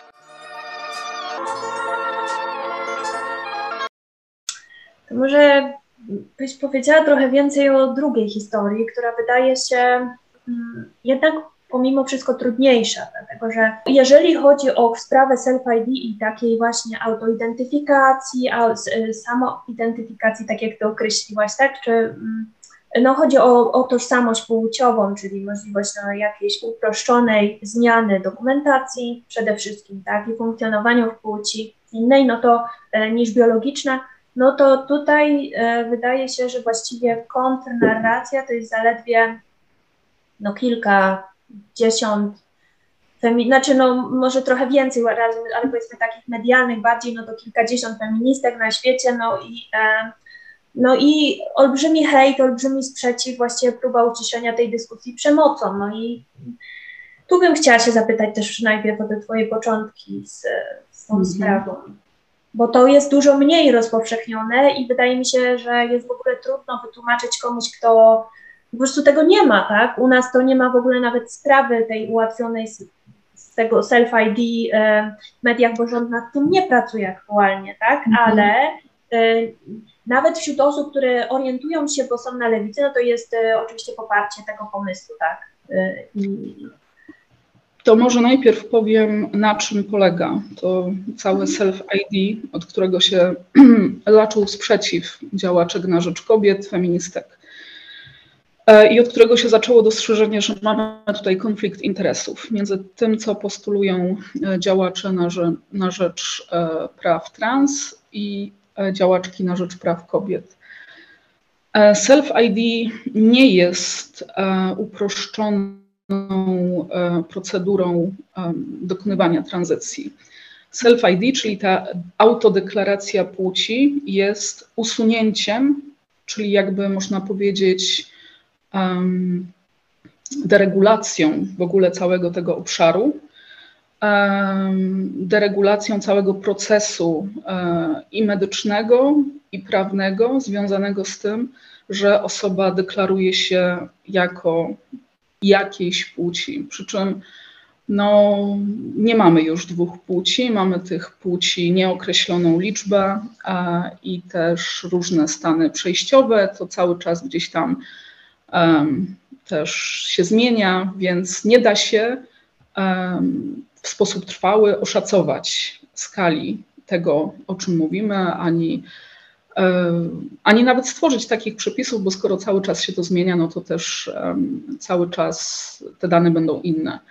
To może byś powiedziała trochę więcej o drugiej historii, która wydaje się hmm, jednak pomimo wszystko trudniejsza, dlatego że jeżeli chodzi o sprawę self-I D i takiej właśnie autoidentyfikacji, samoidentyfikacji, tak jak to określiłaś, tak, czy no chodzi o, o tożsamość płciową, czyli możliwość no, jakiejś uproszczonej zmiany dokumentacji przede wszystkim, tak, i funkcjonowaniu w płci innej, no to e, niż biologiczna, no to tutaj e, wydaje się, że właściwie kontrnarracja to jest zaledwie no kilkadziesiąt, femi- znaczy no może trochę więcej, ale powiedzmy takich medialnych bardziej, no to kilkadziesiąt feministek na świecie, no i e, No i olbrzymi hejt, olbrzymi sprzeciw, właściwie próba uciszenia tej dyskusji przemocą. No i tu bym chciała się zapytać też najpierw o te twoje początki z, z tą mm-hmm. sprawą, bo to jest dużo mniej rozpowszechnione i wydaje mi się, że jest w ogóle trudno wytłumaczyć komuś, kto po prostu tego nie ma, tak? U nas to nie ma w ogóle nawet sprawy tej ułatwionej z, z tego self-I D e, w mediach, bo rząd nad tym nie pracuje aktualnie, tak? Mm-hmm. Ale e, nawet wśród osób, które orientują się, bo są na lewicy, no to jest e, oczywiście poparcie tego pomysłu, tak? E, i... To może najpierw powiem, na czym polega to całe self-I D, od którego się zaczął sprzeciw działaczek na rzecz kobiet, feministek. E, I od którego się zaczęło dostrzeżenie, że mamy tutaj konflikt interesów między tym, co postulują działacze na, rze- na rzecz e, praw trans i działaczki na rzecz praw kobiet. Self-I D nie jest uproszczoną procedurą dokonywania tranzycji. Self-I D, czyli ta autodeklaracja płci, jest usunięciem, czyli jakby można powiedzieć deregulacją w ogóle całego tego obszaru, deregulacją całego procesu i medycznego, i prawnego związanego z tym, że osoba deklaruje się jako jakiejś płci. Przy czym no, nie mamy już dwóch płci, mamy tych płci nieokreśloną liczbę a, i też różne stany przejściowe, to cały czas gdzieś tam um, też się zmienia, więc nie da się um, w sposób trwały oszacować skali tego, o czym mówimy, ani, um, ani nawet stworzyć takich przepisów, bo skoro cały czas się to zmienia, no to też um, cały czas te dane będą inne.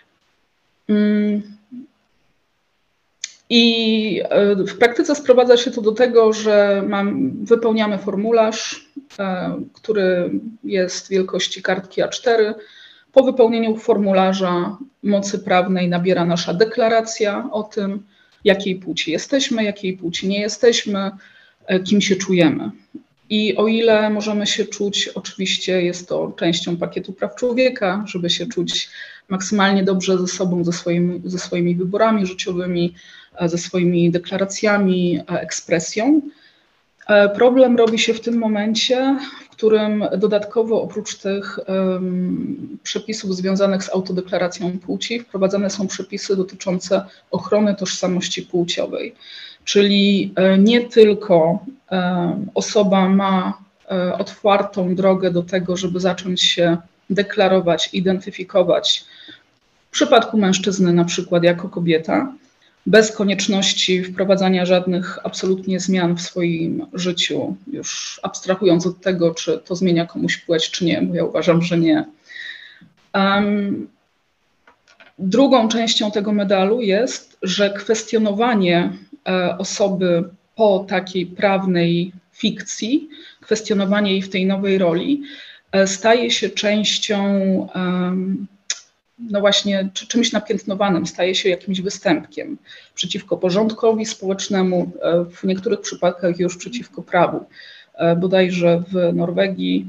I w praktyce sprowadza się to do tego, że mam, wypełniamy formularz, który jest wielkości kartki A cztery. Po wypełnieniu formularza mocy prawnej nabiera nasza deklaracja o tym, jakiej płci jesteśmy, jakiej płci nie jesteśmy, kim się czujemy. I o ile możemy się czuć, oczywiście jest to częścią pakietu praw człowieka, żeby się czuć maksymalnie dobrze ze sobą, ze swoimi, ze swoimi wyborami życiowymi, ze swoimi deklaracjami, ekspresją. Problem robi się w tym momencie, w którym dodatkowo oprócz tych um, przepisów związanych z autodeklaracją płci wprowadzane są przepisy dotyczące ochrony tożsamości płciowej. Czyli nie tylko um, osoba ma um, otwartą drogę do tego, żeby zacząć się deklarować, identyfikować w przypadku mężczyzny na przykład jako kobieta, bez konieczności wprowadzania żadnych absolutnie zmian w swoim życiu, już abstrahując od tego, czy to zmienia komuś płeć, czy nie, bo ja uważam, że nie. Um, drugą częścią tego medalu jest, że kwestionowanie e, osoby po takiej prawnej fikcji, kwestionowanie jej w tej nowej roli e, staje się częścią um, no właśnie czymś napiętnowanym, staje się jakimś występkiem przeciwko porządkowi społecznemu, w niektórych przypadkach już przeciwko prawu. Bodajże w Norwegii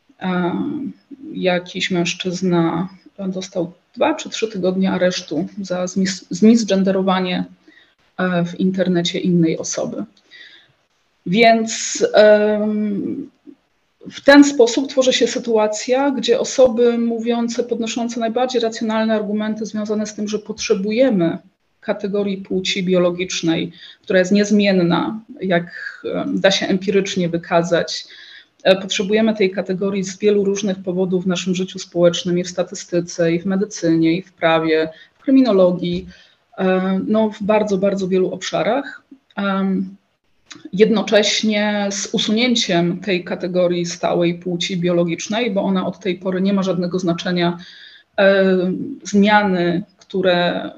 jakiś mężczyzna dostał dwa czy trzy tygodnie aresztu za zmisgenderowanie w internecie innej osoby. Więc w ten sposób tworzy się sytuacja, gdzie osoby mówiące, podnoszące najbardziej racjonalne argumenty związane z tym, że potrzebujemy kategorii płci biologicznej, która jest niezmienna, jak da się empirycznie wykazać. Potrzebujemy tej kategorii z wielu różnych powodów w naszym życiu społecznym, i w statystyce, i w medycynie, i w prawie, w kryminologii, no w bardzo, bardzo wielu obszarach. Jednocześnie z usunięciem tej kategorii stałej płci biologicznej, bo ona od tej pory nie ma żadnego znaczenia, e, zmiany, które,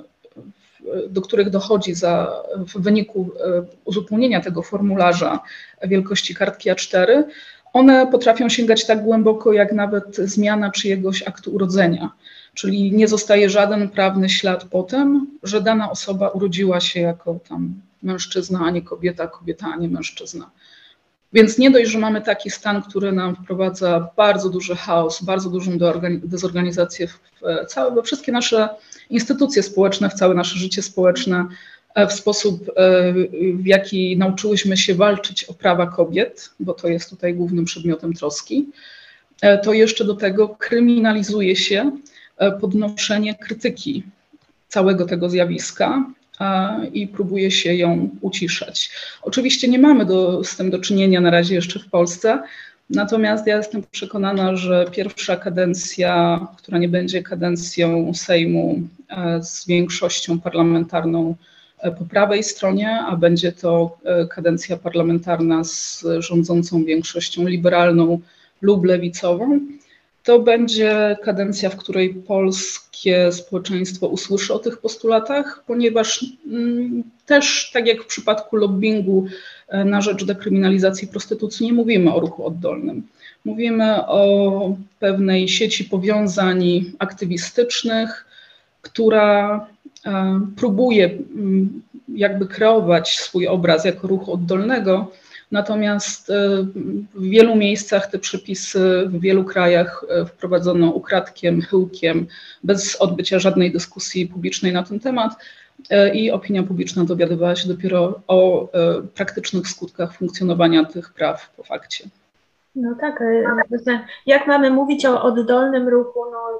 do których dochodzi za, w wyniku e, uzupełnienia tego formularza wielkości kartki A cztery, one potrafią sięgać tak głęboko, jak nawet zmiana czyjegoś aktu urodzenia. Czyli nie zostaje żaden prawny ślad po tym, że dana osoba urodziła się jako tam mężczyzna, a nie kobieta, kobieta, a nie mężczyzna. Więc nie dość, że mamy taki stan, który nam wprowadza bardzo duży chaos, bardzo dużą dezorganizację w całe, we wszystkie nasze instytucje społeczne, w całe nasze życie społeczne, w sposób, w jaki nauczyłyśmy się walczyć o prawa kobiet, bo to jest tutaj głównym przedmiotem troski, to jeszcze do tego kryminalizuje się podnoszenie krytyki całego tego zjawiska i próbuje się ją uciszać. Oczywiście nie mamy do, z tym do czynienia na razie jeszcze w Polsce, natomiast ja jestem przekonana, że pierwsza kadencja, która nie będzie kadencją Sejmu z większością parlamentarną po prawej stronie, a będzie to kadencja parlamentarna z rządzącą większością liberalną lub lewicową, to będzie kadencja, w której polskie społeczeństwo usłyszy o tych postulatach, ponieważ mm, też, tak jak w przypadku lobbingu na rzecz dekryminalizacji prostytucji, nie mówimy o ruchu oddolnym. Mówimy o pewnej sieci powiązań aktywistycznych, która e, próbuje m, jakby kreować swój obraz jako ruchu oddolnego. Natomiast w wielu miejscach te przepisy w wielu krajach wprowadzono ukradkiem, chyłkiem, bez odbycia żadnej dyskusji publicznej na ten temat i opinia publiczna dowiadywała się dopiero o praktycznych skutkach funkcjonowania tych praw po fakcie. No tak, jak mamy mówić o oddolnym ruchu, no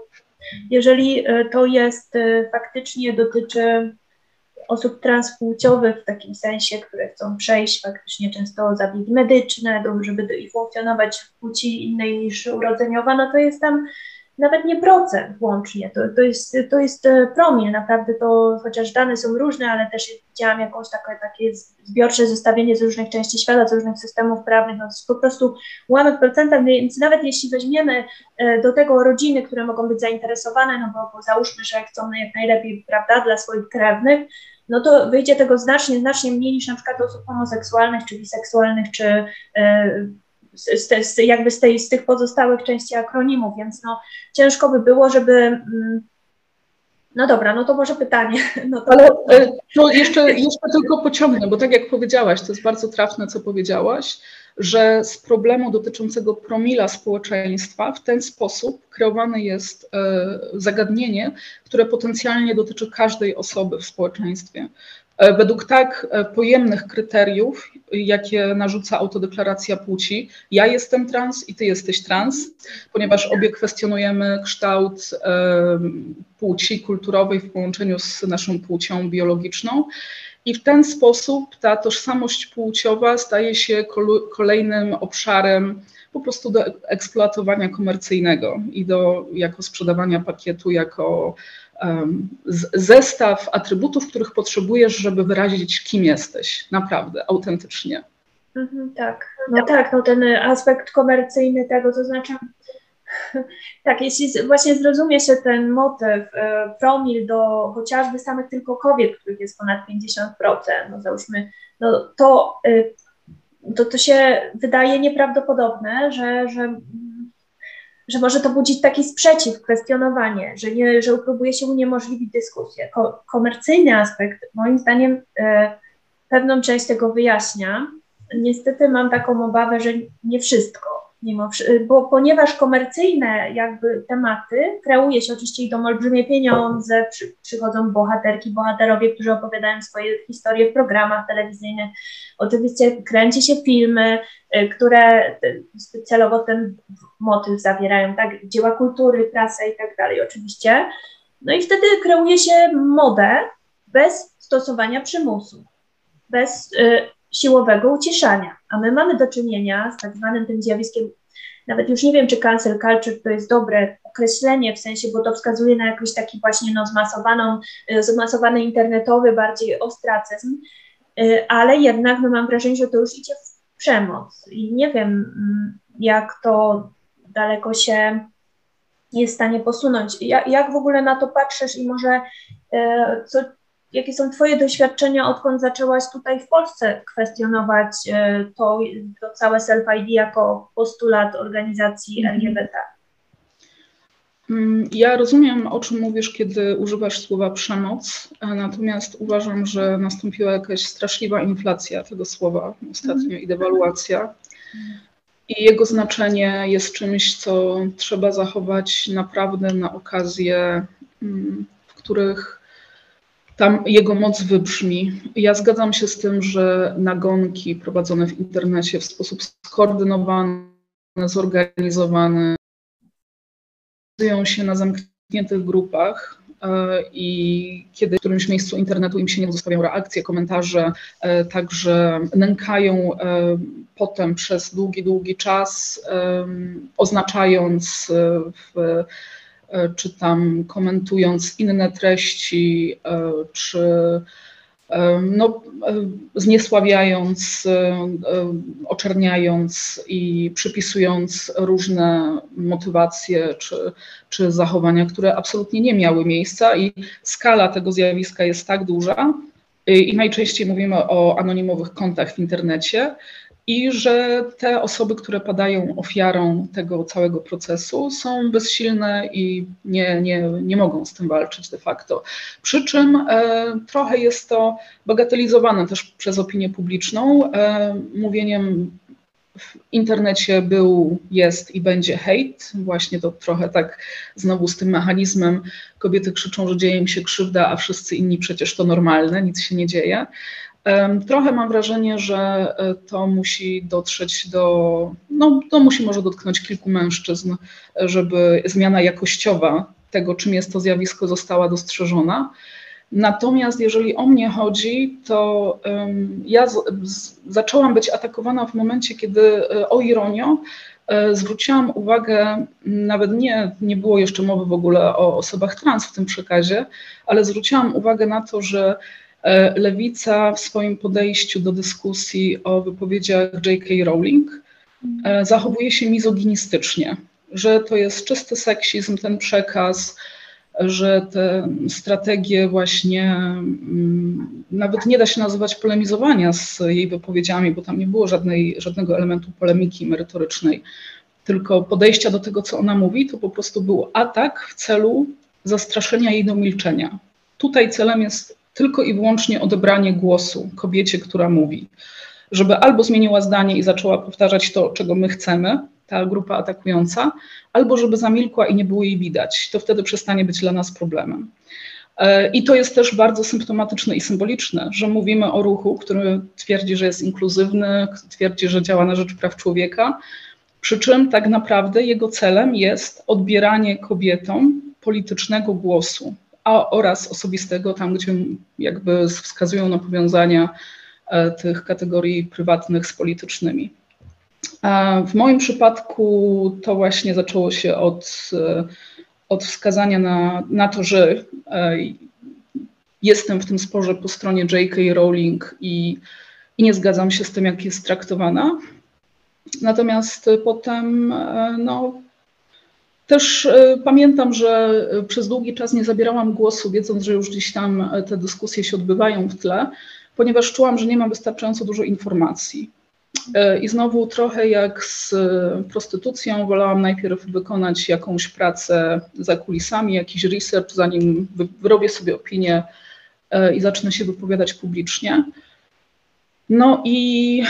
Jeżeli to jest faktycznie dotyczy osób transpłciowych w takim sensie, które chcą przejść faktycznie często zabiegi medyczne, żeby funkcjonować w płci innej niż urodzeniowa, no to jest tam nawet nie procent łącznie, to, to, jest, to jest promil, naprawdę to, chociaż dane są różne, ale też widziałam jakąś takie, takie zbiorcze zestawienie z różnych części świata, z różnych systemów prawnych, no to jest po prostu ułamek procenta, więc nawet jeśli weźmiemy do tego rodziny, które mogą być zainteresowane, no bo, bo załóżmy, że chcą jak najlepiej, prawda, dla swoich krewnych, no to wyjdzie tego znacznie, znacznie mniej niż na przykład osób homoseksualnych, czy biseksualnych, czy z, z, jakby z, tej, z tych pozostałych części akronimów, więc no ciężko by było, żeby... No dobra, no to może pytanie. No to... Ale no jeszcze, jeszcze tylko pociągnę, bo tak jak powiedziałaś, to jest bardzo trafne, co powiedziałaś, że z problemu dotyczącego promila społeczeństwa w ten sposób kreowane jest zagadnienie, które potencjalnie dotyczy każdej osoby w społeczeństwie. Według tak pojemnych kryteriów, jakie narzuca autodeklaracja płci, ja jestem trans i ty jesteś trans, ponieważ obie kwestionujemy kształt płci kulturowej w połączeniu z naszą płcią biologiczną. I w ten sposób ta tożsamość płciowa staje się kolejnym obszarem po prostu do eksploatowania komercyjnego i do jako sprzedawania pakietu, jako um, zestaw atrybutów, których potrzebujesz, żeby wyrazić, kim jesteś, naprawdę, autentycznie. Mhm, tak, no tak, no ten aspekt komercyjny tego, to znaczy tak, jeśli właśnie zrozumie się ten motyw, promil do chociażby samych tylko kobiet, których jest ponad pięćdziesiąt procent, no załóżmy, no to, to, to się wydaje nieprawdopodobne, że, że, że może to budzić taki sprzeciw, kwestionowanie, że, nie, że próbuje się uniemożliwić dyskusję. Ko- komercyjny aspekt, moim zdaniem, pewną część tego wyjaśnia. Niestety mam taką obawę, że nie wszystko. Mimo, bo ponieważ komercyjne jakby tematy kreuje się, oczywiście idą olbrzymie pieniądze, przy, przychodzą bohaterki, bohaterowie, którzy opowiadają swoje historie w programach telewizyjnych, oczywiście kręci się filmy, które celowo ten motyw zawierają, tak, dzieła kultury, prasę i tak dalej oczywiście, no i wtedy kreuje się modę bez stosowania przymusu, bez y, siłowego uciszania, a my mamy do czynienia z tak zwanym tym zjawiskiem, nawet już nie wiem, czy cancel culture to jest dobre określenie, w sensie, bo to wskazuje na jakiś taki właśnie no, zmasowaną, zmasowany internetowy bardziej ostracyzm, ale jednak no, mam wrażenie, że to już idzie w przemoc i nie wiem, jak to daleko się jest w stanie posunąć. Jak, jak w ogóle na to patrzysz i może co jakie są twoje doświadczenia, odkąd zaczęłaś tutaj w Polsce kwestionować to, to całe self-I D jako postulat organizacji L G B T? Ja rozumiem, o czym mówisz, kiedy używasz słowa przemoc, natomiast uważam, że nastąpiła jakaś straszliwa inflacja tego słowa ostatnio i dewaluacja. I jego znaczenie jest czymś, co trzeba zachować naprawdę na okazje, w których tam jego moc wybrzmi. Ja zgadzam się z tym, że nagonki prowadzone w internecie w sposób skoordynowany, zorganizowany, znajdują się na zamkniętych grupach i kiedy w którymś miejscu internetu im się nie zostawiają reakcje, komentarze, także nękają potem przez długi, długi czas, oznaczając w czy tam komentując inne treści, czy no, zniesławiając, oczerniając i przypisując różne motywacje czy, czy zachowania, które absolutnie nie miały miejsca i skala tego zjawiska jest tak duża i najczęściej mówimy o anonimowych kontach w internecie, i że te osoby, które padają ofiarą tego całego procesu, są bezsilne i nie, nie, nie mogą z tym walczyć de facto. Przy czym e, trochę jest to bagatelizowane też przez opinię publiczną. E, mówieniem w internecie był, jest i będzie hejt. Właśnie to trochę tak znowu z tym mechanizmem kobiety krzyczą, że dzieje im się krzywda, a wszyscy inni przecież to normalne, nic się nie dzieje. Trochę mam wrażenie, że to musi dotrzeć do, no to musi może dotknąć kilku mężczyzn, żeby zmiana jakościowa tego, czym jest to zjawisko, została dostrzeżona. Natomiast jeżeli o mnie chodzi, to um, ja z, z, zaczęłam być atakowana w momencie, kiedy, o ironio, e, zwróciłam uwagę, nawet nie, nie było jeszcze mowy w ogóle o osobach trans w tym przekazie, ale zwróciłam uwagę na to, że e, lewica w swoim podejściu do dyskusji o wypowiedziach J K Rowling e, zachowuje się mizoginistycznie, że to jest czysty seksizm, ten przekaz, że te strategie właśnie mm, nawet nie da się nazywać polemizowania z jej wypowiedziami, bo tam nie było żadnej, żadnego elementu polemiki merytorycznej, tylko podejścia do tego, co ona mówi, to po prostu był atak w celu zastraszenia jej do milczenia. Tutaj celem jest tylko i wyłącznie odebranie głosu kobiecie, która mówi, żeby albo zmieniła zdanie i zaczęła powtarzać to, czego my chcemy, ta grupa atakująca, albo żeby zamilkła i nie było jej widać. To wtedy przestanie być dla nas problemem. I to jest też bardzo symptomatyczne i symboliczne, że mówimy o ruchu, który twierdzi, że jest inkluzywny, twierdzi, że działa na rzecz praw człowieka, przy czym tak naprawdę jego celem jest odbieranie kobietom politycznego głosu, a oraz osobistego, tam gdzie jakby wskazują na powiązania tych kategorii prywatnych z politycznymi. W moim przypadku to właśnie zaczęło się od, od wskazania na, na to, że jestem w tym sporze po stronie J K Rowling i, i nie zgadzam się z tym, jak jest traktowana. Natomiast potem no, też pamiętam, że przez długi czas nie zabierałam głosu, wiedząc, że już gdzieś tam te dyskusje się odbywają w tle, ponieważ czułam, że nie mam wystarczająco dużo informacji. I znowu trochę jak z prostytucją, wolałam najpierw wykonać jakąś pracę za kulisami, jakiś research, zanim wyrobię sobie opinię i zacznę się wypowiadać publicznie. No i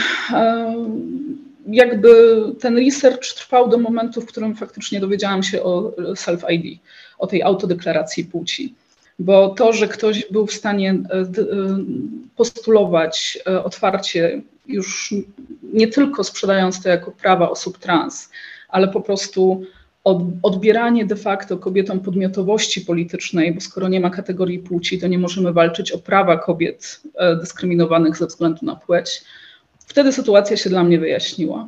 jakby ten research trwał do momentu, w którym faktycznie dowiedziałam się o self-I D, o tej autodeklaracji płci. Bo to, że ktoś był w stanie postulować otwarcie, już nie tylko sprzedając to jako prawa osób trans, ale po prostu odbieranie de facto kobietom podmiotowości politycznej, bo skoro nie ma kategorii płci, to nie możemy walczyć o prawa kobiet dyskryminowanych ze względu na płeć. Wtedy sytuacja się dla mnie wyjaśniła.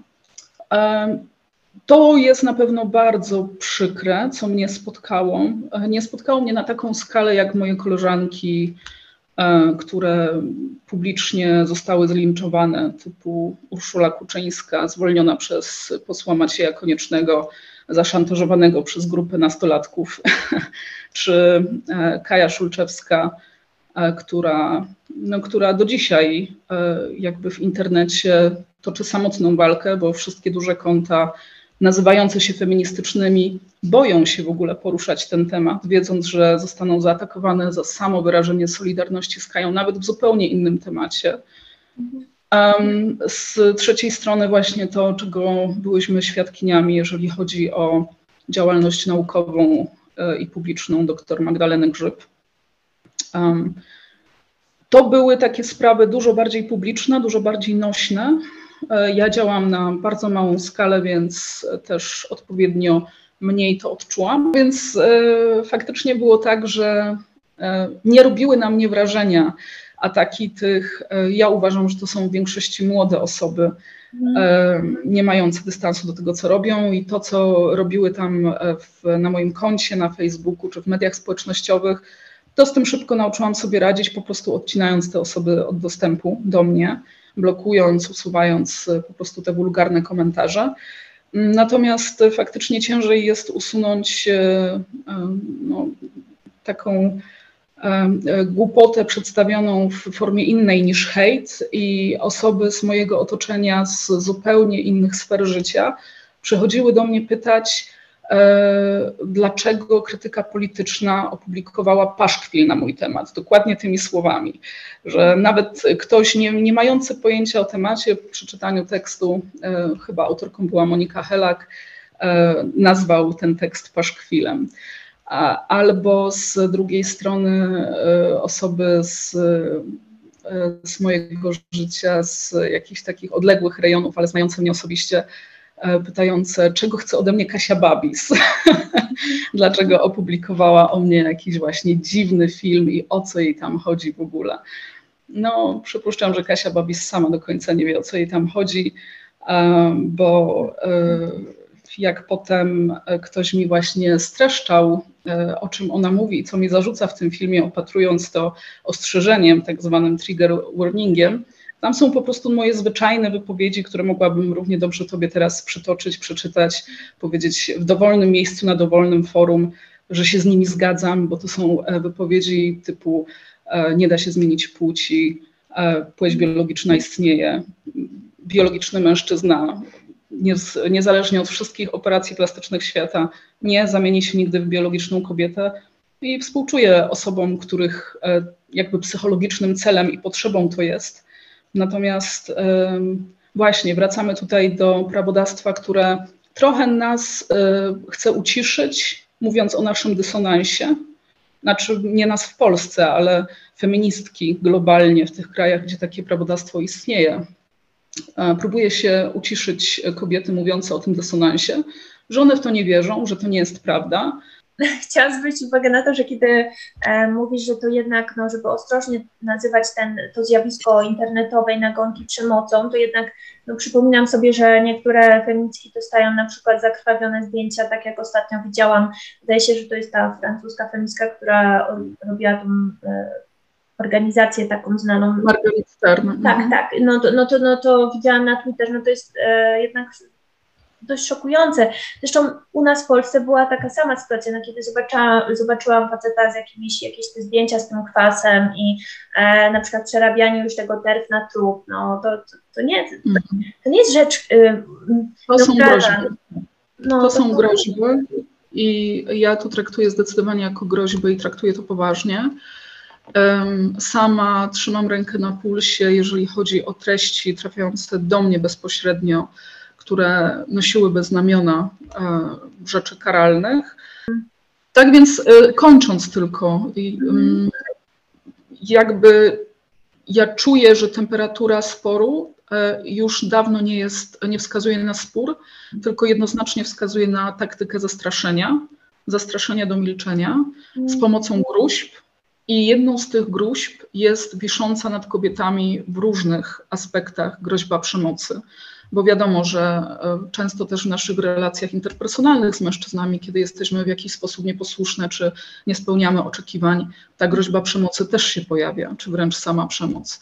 To jest na pewno bardzo przykre, co mnie spotkało. Nie spotkało mnie na taką skalę jak moje koleżanki, które publicznie zostały zlinczowane, typu Urszula Kuczyńska, zwolniona przez posła Macieja Koniecznego, zaszantażowanego przez grupę nastolatków, czy Kaja Szulczewska, która, no, która do dzisiaj jakby w internecie toczy samotną walkę, bo wszystkie duże konta nazywające się feministycznymi boją się w ogóle poruszać ten temat, wiedząc, że zostaną zaatakowane za samo wyrażenie solidarności z Kają, nawet w zupełnie innym temacie. Um, z trzeciej strony właśnie to, czego byłyśmy świadkiniami, jeżeli chodzi o działalność naukową y, i publiczną dr Magdaleny Grzyb. Um, to były takie sprawy dużo bardziej publiczne, dużo bardziej nośne. Ja działam na bardzo małą skalę, więc też odpowiednio mniej to odczułam. Więc e, faktycznie było tak, że e, nie robiły na mnie wrażenia ataki tych, e, ja uważam, że to są w większości młode osoby, e, nie mające dystansu do tego, co robią, i to, co robiły tam w, na moim koncie na Facebooku czy w mediach społecznościowych, to z tym szybko nauczyłam sobie radzić, po prostu odcinając te osoby od dostępu do mnie, blokując, usuwając po prostu te wulgarne komentarze. Natomiast faktycznie ciężej jest usunąć no, taką głupotę przedstawioną w formie innej niż hejt, i osoby z mojego otoczenia z zupełnie innych sfer życia przychodziły do mnie pytać, dlaczego krytyka polityczna opublikowała paszkwil na mój temat, dokładnie tymi słowami, że nawet ktoś nie, nie mający pojęcia o temacie przy czytaniu tekstu, e, chyba autorką była Monika Helak, e, nazwał ten tekst paszkwilem. A, albo z drugiej strony e, osoby z, e, z mojego życia, z jakichś takich odległych rejonów, ale znające mnie osobiście, pytające, czego chce ode mnie Kasia Babis, dlaczego opublikowała o mnie jakiś właśnie dziwny film i o co jej tam chodzi w ogóle. No, przypuszczam, że Kasia Babis sama do końca nie wie, o co jej tam chodzi, bo jak potem ktoś mi właśnie streszczał, o czym ona mówi i co mi zarzuca w tym filmie, opatrując to ostrzeżeniem, tak zwanym trigger warningiem, tam są po prostu moje zwyczajne wypowiedzi, które mogłabym równie dobrze tobie teraz przytoczyć, przeczytać, powiedzieć w dowolnym miejscu, na dowolnym forum, że się z nimi zgadzam, bo to są wypowiedzi typu nie da się zmienić płci, płeć biologiczna istnieje, biologiczny mężczyzna, niezależnie od wszystkich operacji plastycznych świata, nie zamieni się nigdy w biologiczną kobietę i współczuję osobom, których jakby psychologicznym celem i potrzebą to jest. Natomiast właśnie wracamy tutaj do prawodawstwa, które trochę nas chce uciszyć, mówiąc o naszym dysonansie. Znaczy nie nas w Polsce, ale feministki globalnie w tych krajach, gdzie takie prawodawstwo istnieje. Próbuje się uciszyć kobiety mówiące o tym dysonansie, że one w to nie wierzą, że to nie jest prawda. Chciałam zwrócić uwagę na to, że kiedy e, mówisz, że to jednak, no, żeby ostrożnie nazywać ten, to zjawisko internetowej nagonki przemocą, to jednak no, przypominam sobie, że niektóre feministki dostają na przykład zakrwawione zdjęcia, tak jak ostatnio widziałam, wydaje się, że to jest ta francuska feministka, która robiła tą e, organizację taką znaną. Marguerite Stern. Tak, mhm. tak, no to, no, to, no to widziałam na Twitterze, no to jest e, jednak dość szokujące. Zresztą u nas w Polsce była taka sama sytuacja, no kiedy zobaczyłam, zobaczyłam faceta z jakimiś, jakieś te zdjęcia z tym kwasem i e, na przykład przerabianie już tego terw na trup, no to, to, to, nie, to, to nie jest rzecz y, To są groźby. No, to, to są to... groźby i ja to traktuję zdecydowanie jako groźby i traktuję to poważnie. Sama trzymam rękę na pulsie, jeżeli chodzi o treści trafiające do mnie bezpośrednio, które nosiłyby znamiona e, rzeczy karalnych. Tak więc e, kończąc tylko, mm. jakby ja czuję, że temperatura sporu e, już dawno nie jest, nie wskazuje na spór, tylko jednoznacznie wskazuje na taktykę zastraszenia, zastraszenia do milczenia z pomocą gruźb. I jedną z tych gruźb jest wisząca nad kobietami w różnych aspektach groźba przemocy. Bo wiadomo, że często też w naszych relacjach interpersonalnych z mężczyznami, kiedy jesteśmy w jakiś sposób nieposłuszne, czy nie spełniamy oczekiwań, ta groźba przemocy też się pojawia, czy wręcz sama przemoc.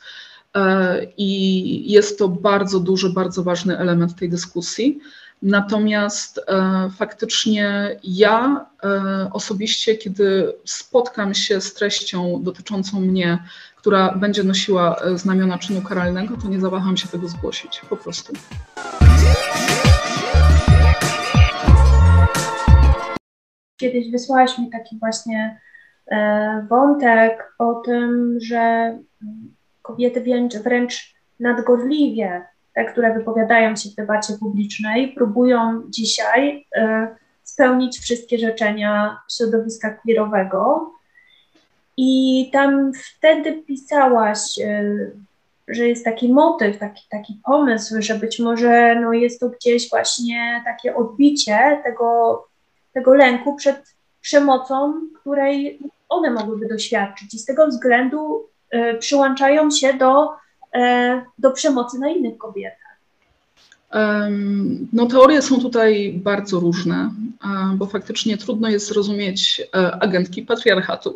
I jest to bardzo duży, bardzo ważny element tej dyskusji. Natomiast e, faktycznie ja e, osobiście, kiedy spotkam się z treścią dotyczącą mnie, która będzie nosiła znamiona czynu karalnego, to nie zawaham się tego zgłosić, po prostu. Kiedyś wysłałaś mi taki właśnie e, wątek o tym, że kobiety wręcz, wręcz nadgorliwie, te, które wypowiadają się w debacie publicznej, próbują dzisiaj y, spełnić wszystkie życzenia środowiska queerowego. I tam wtedy pisałaś, y, że jest taki motyw, taki, taki pomysł, że być może no, jest to gdzieś właśnie takie odbicie tego, tego lęku przed przemocą, której one mogłyby doświadczyć. I z tego względu y, przyłączają się do do przemocy na innych kobietach? No teorie są tutaj bardzo różne, bo faktycznie trudno jest zrozumieć agentki patriarchatu.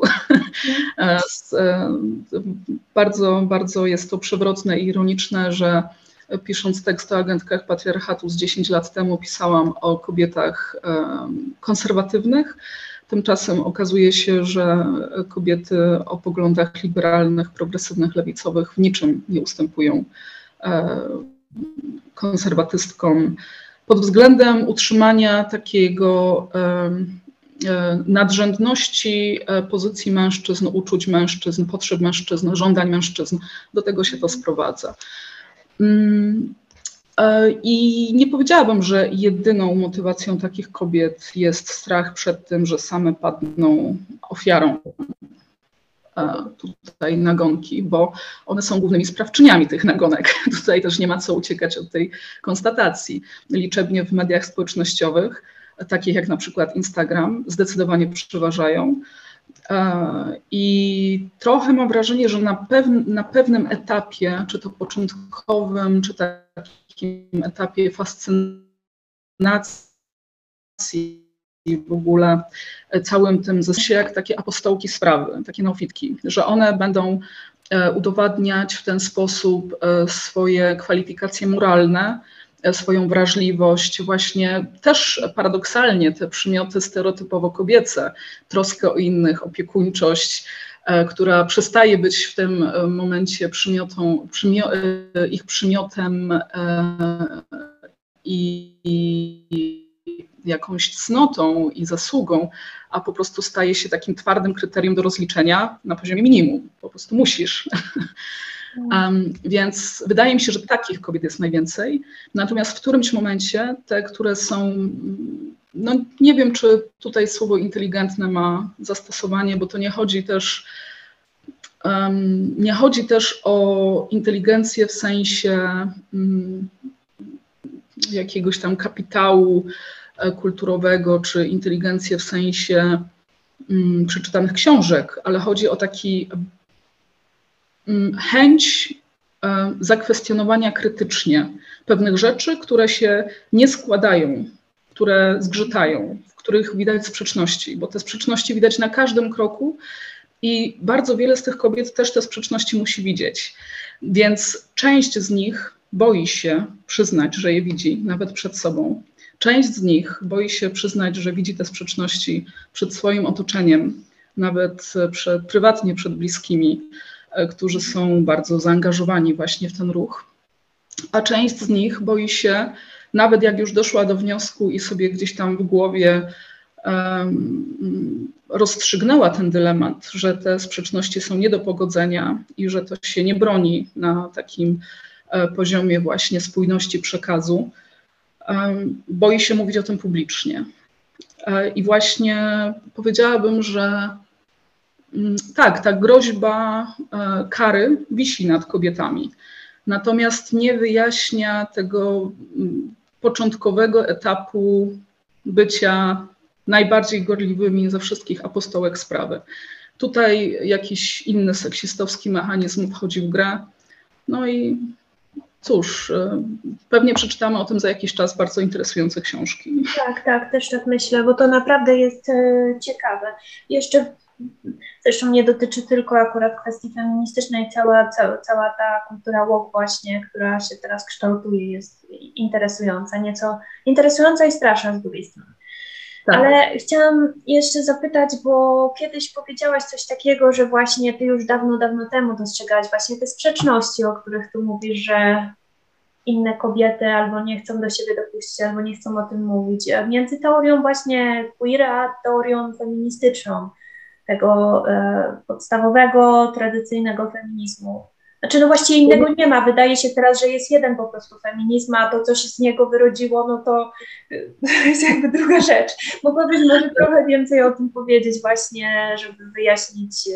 Bardzo, bardzo jest to przewrotne i ironiczne, że pisząc tekst o agentkach patriarchatu z dziesięć lat temu pisałam o kobietach konserwatywnych. Tymczasem okazuje się, że kobiety o poglądach liberalnych, progresywnych, lewicowych w niczym nie ustępują konserwatystkom pod względem utrzymania takiego nadrzędności pozycji mężczyzn, uczuć mężczyzn, potrzeb mężczyzn, żądań mężczyzn. Do tego się to sprowadza. I nie powiedziałabym, że jedyną motywacją takich kobiet jest strach przed tym, że same padną ofiarą tutaj nagonki, bo one są głównymi sprawczyniami tych nagonek. Tutaj też nie ma co uciekać od tej konstatacji. Liczebnie w mediach społecznościowych, takich jak na przykład Instagram, zdecydowanie przeważają. I trochę mam wrażenie, że na, pewn na pewnym etapie, czy to początkowym, czy takim etapie fascynacji w ogóle całym tym zesie, jak takie apostołki sprawy, takie neofitki, że one będą udowadniać w ten sposób swoje kwalifikacje moralne, swoją wrażliwość, właśnie też paradoksalnie te przymioty stereotypowo kobiece, troskę o innych, opiekuńczość, która przestaje być w tym momencie przymiotą, przymio, ich przymiotem i jakąś cnotą i zasługą, a po prostu staje się takim twardym kryterium do rozliczenia na poziomie minimum. Po prostu musisz. Um, więc wydaje mi się, że takich kobiet jest najwięcej. Natomiast w którymś momencie te, które są, no nie wiem, czy tutaj słowo inteligentne ma zastosowanie, bo to nie chodzi też, um, nie chodzi też o inteligencję w sensie um, jakiegoś tam kapitału kulturowego, czy inteligencję w sensie um, przeczytanych książek, ale chodzi o taki chęć zakwestionowania krytycznie pewnych rzeczy, które się nie składają, które zgrzytają, w których widać sprzeczności, bo te sprzeczności widać na każdym kroku i bardzo wiele z tych kobiet też te sprzeczności musi widzieć. Więc część z nich boi się przyznać, że je widzi, nawet przed sobą. Część z nich boi się przyznać, że widzi te sprzeczności przed swoim otoczeniem, nawet przed, prywatnie przed bliskimi, którzy są bardzo zaangażowani właśnie w ten ruch. A część z nich boi się, nawet jak już doszła do wniosku i sobie gdzieś tam w głowie um, rozstrzygnęła ten dylemat, że te sprzeczności są nie do pogodzenia i że to się nie broni na takim poziomie właśnie spójności przekazu, um, boi się mówić o tym publicznie. I właśnie powiedziałabym, że tak, ta groźba kary wisi nad kobietami, natomiast nie wyjaśnia tego początkowego etapu bycia najbardziej gorliwymi ze wszystkich apostołek sprawy. Tutaj jakiś inny seksistowski mechanizm wchodzi w grę. No i cóż, pewnie przeczytamy o tym za jakiś czas bardzo interesujące książki. Tak, tak, też tak myślę, bo to naprawdę jest ciekawe. Jeszcze zresztą nie dotyczy tylko akurat kwestii feministycznej, cała, cała, cała ta kultura woke właśnie, która się teraz kształtuje, jest interesująca, nieco interesująca i straszna z drugiej strony. Tak. Ale chciałam jeszcze zapytać, bo kiedyś powiedziałaś coś takiego, że właśnie ty już dawno, dawno temu dostrzegałaś właśnie te sprzeczności, o których tu mówisz, że inne kobiety albo nie chcą do siebie dopuścić, albo nie chcą o tym mówić, między teorią właśnie queer a teorią feministyczną, tego e, podstawowego, tradycyjnego feminizmu. Znaczy, no właściwie innego nie ma. Wydaje się teraz, że jest jeden po prostu feminizm, a to, co się z niego wyrodziło, no to, to jest jakby druga rzecz. Mogłabyś może trochę więcej o tym powiedzieć właśnie, żeby wyjaśnić,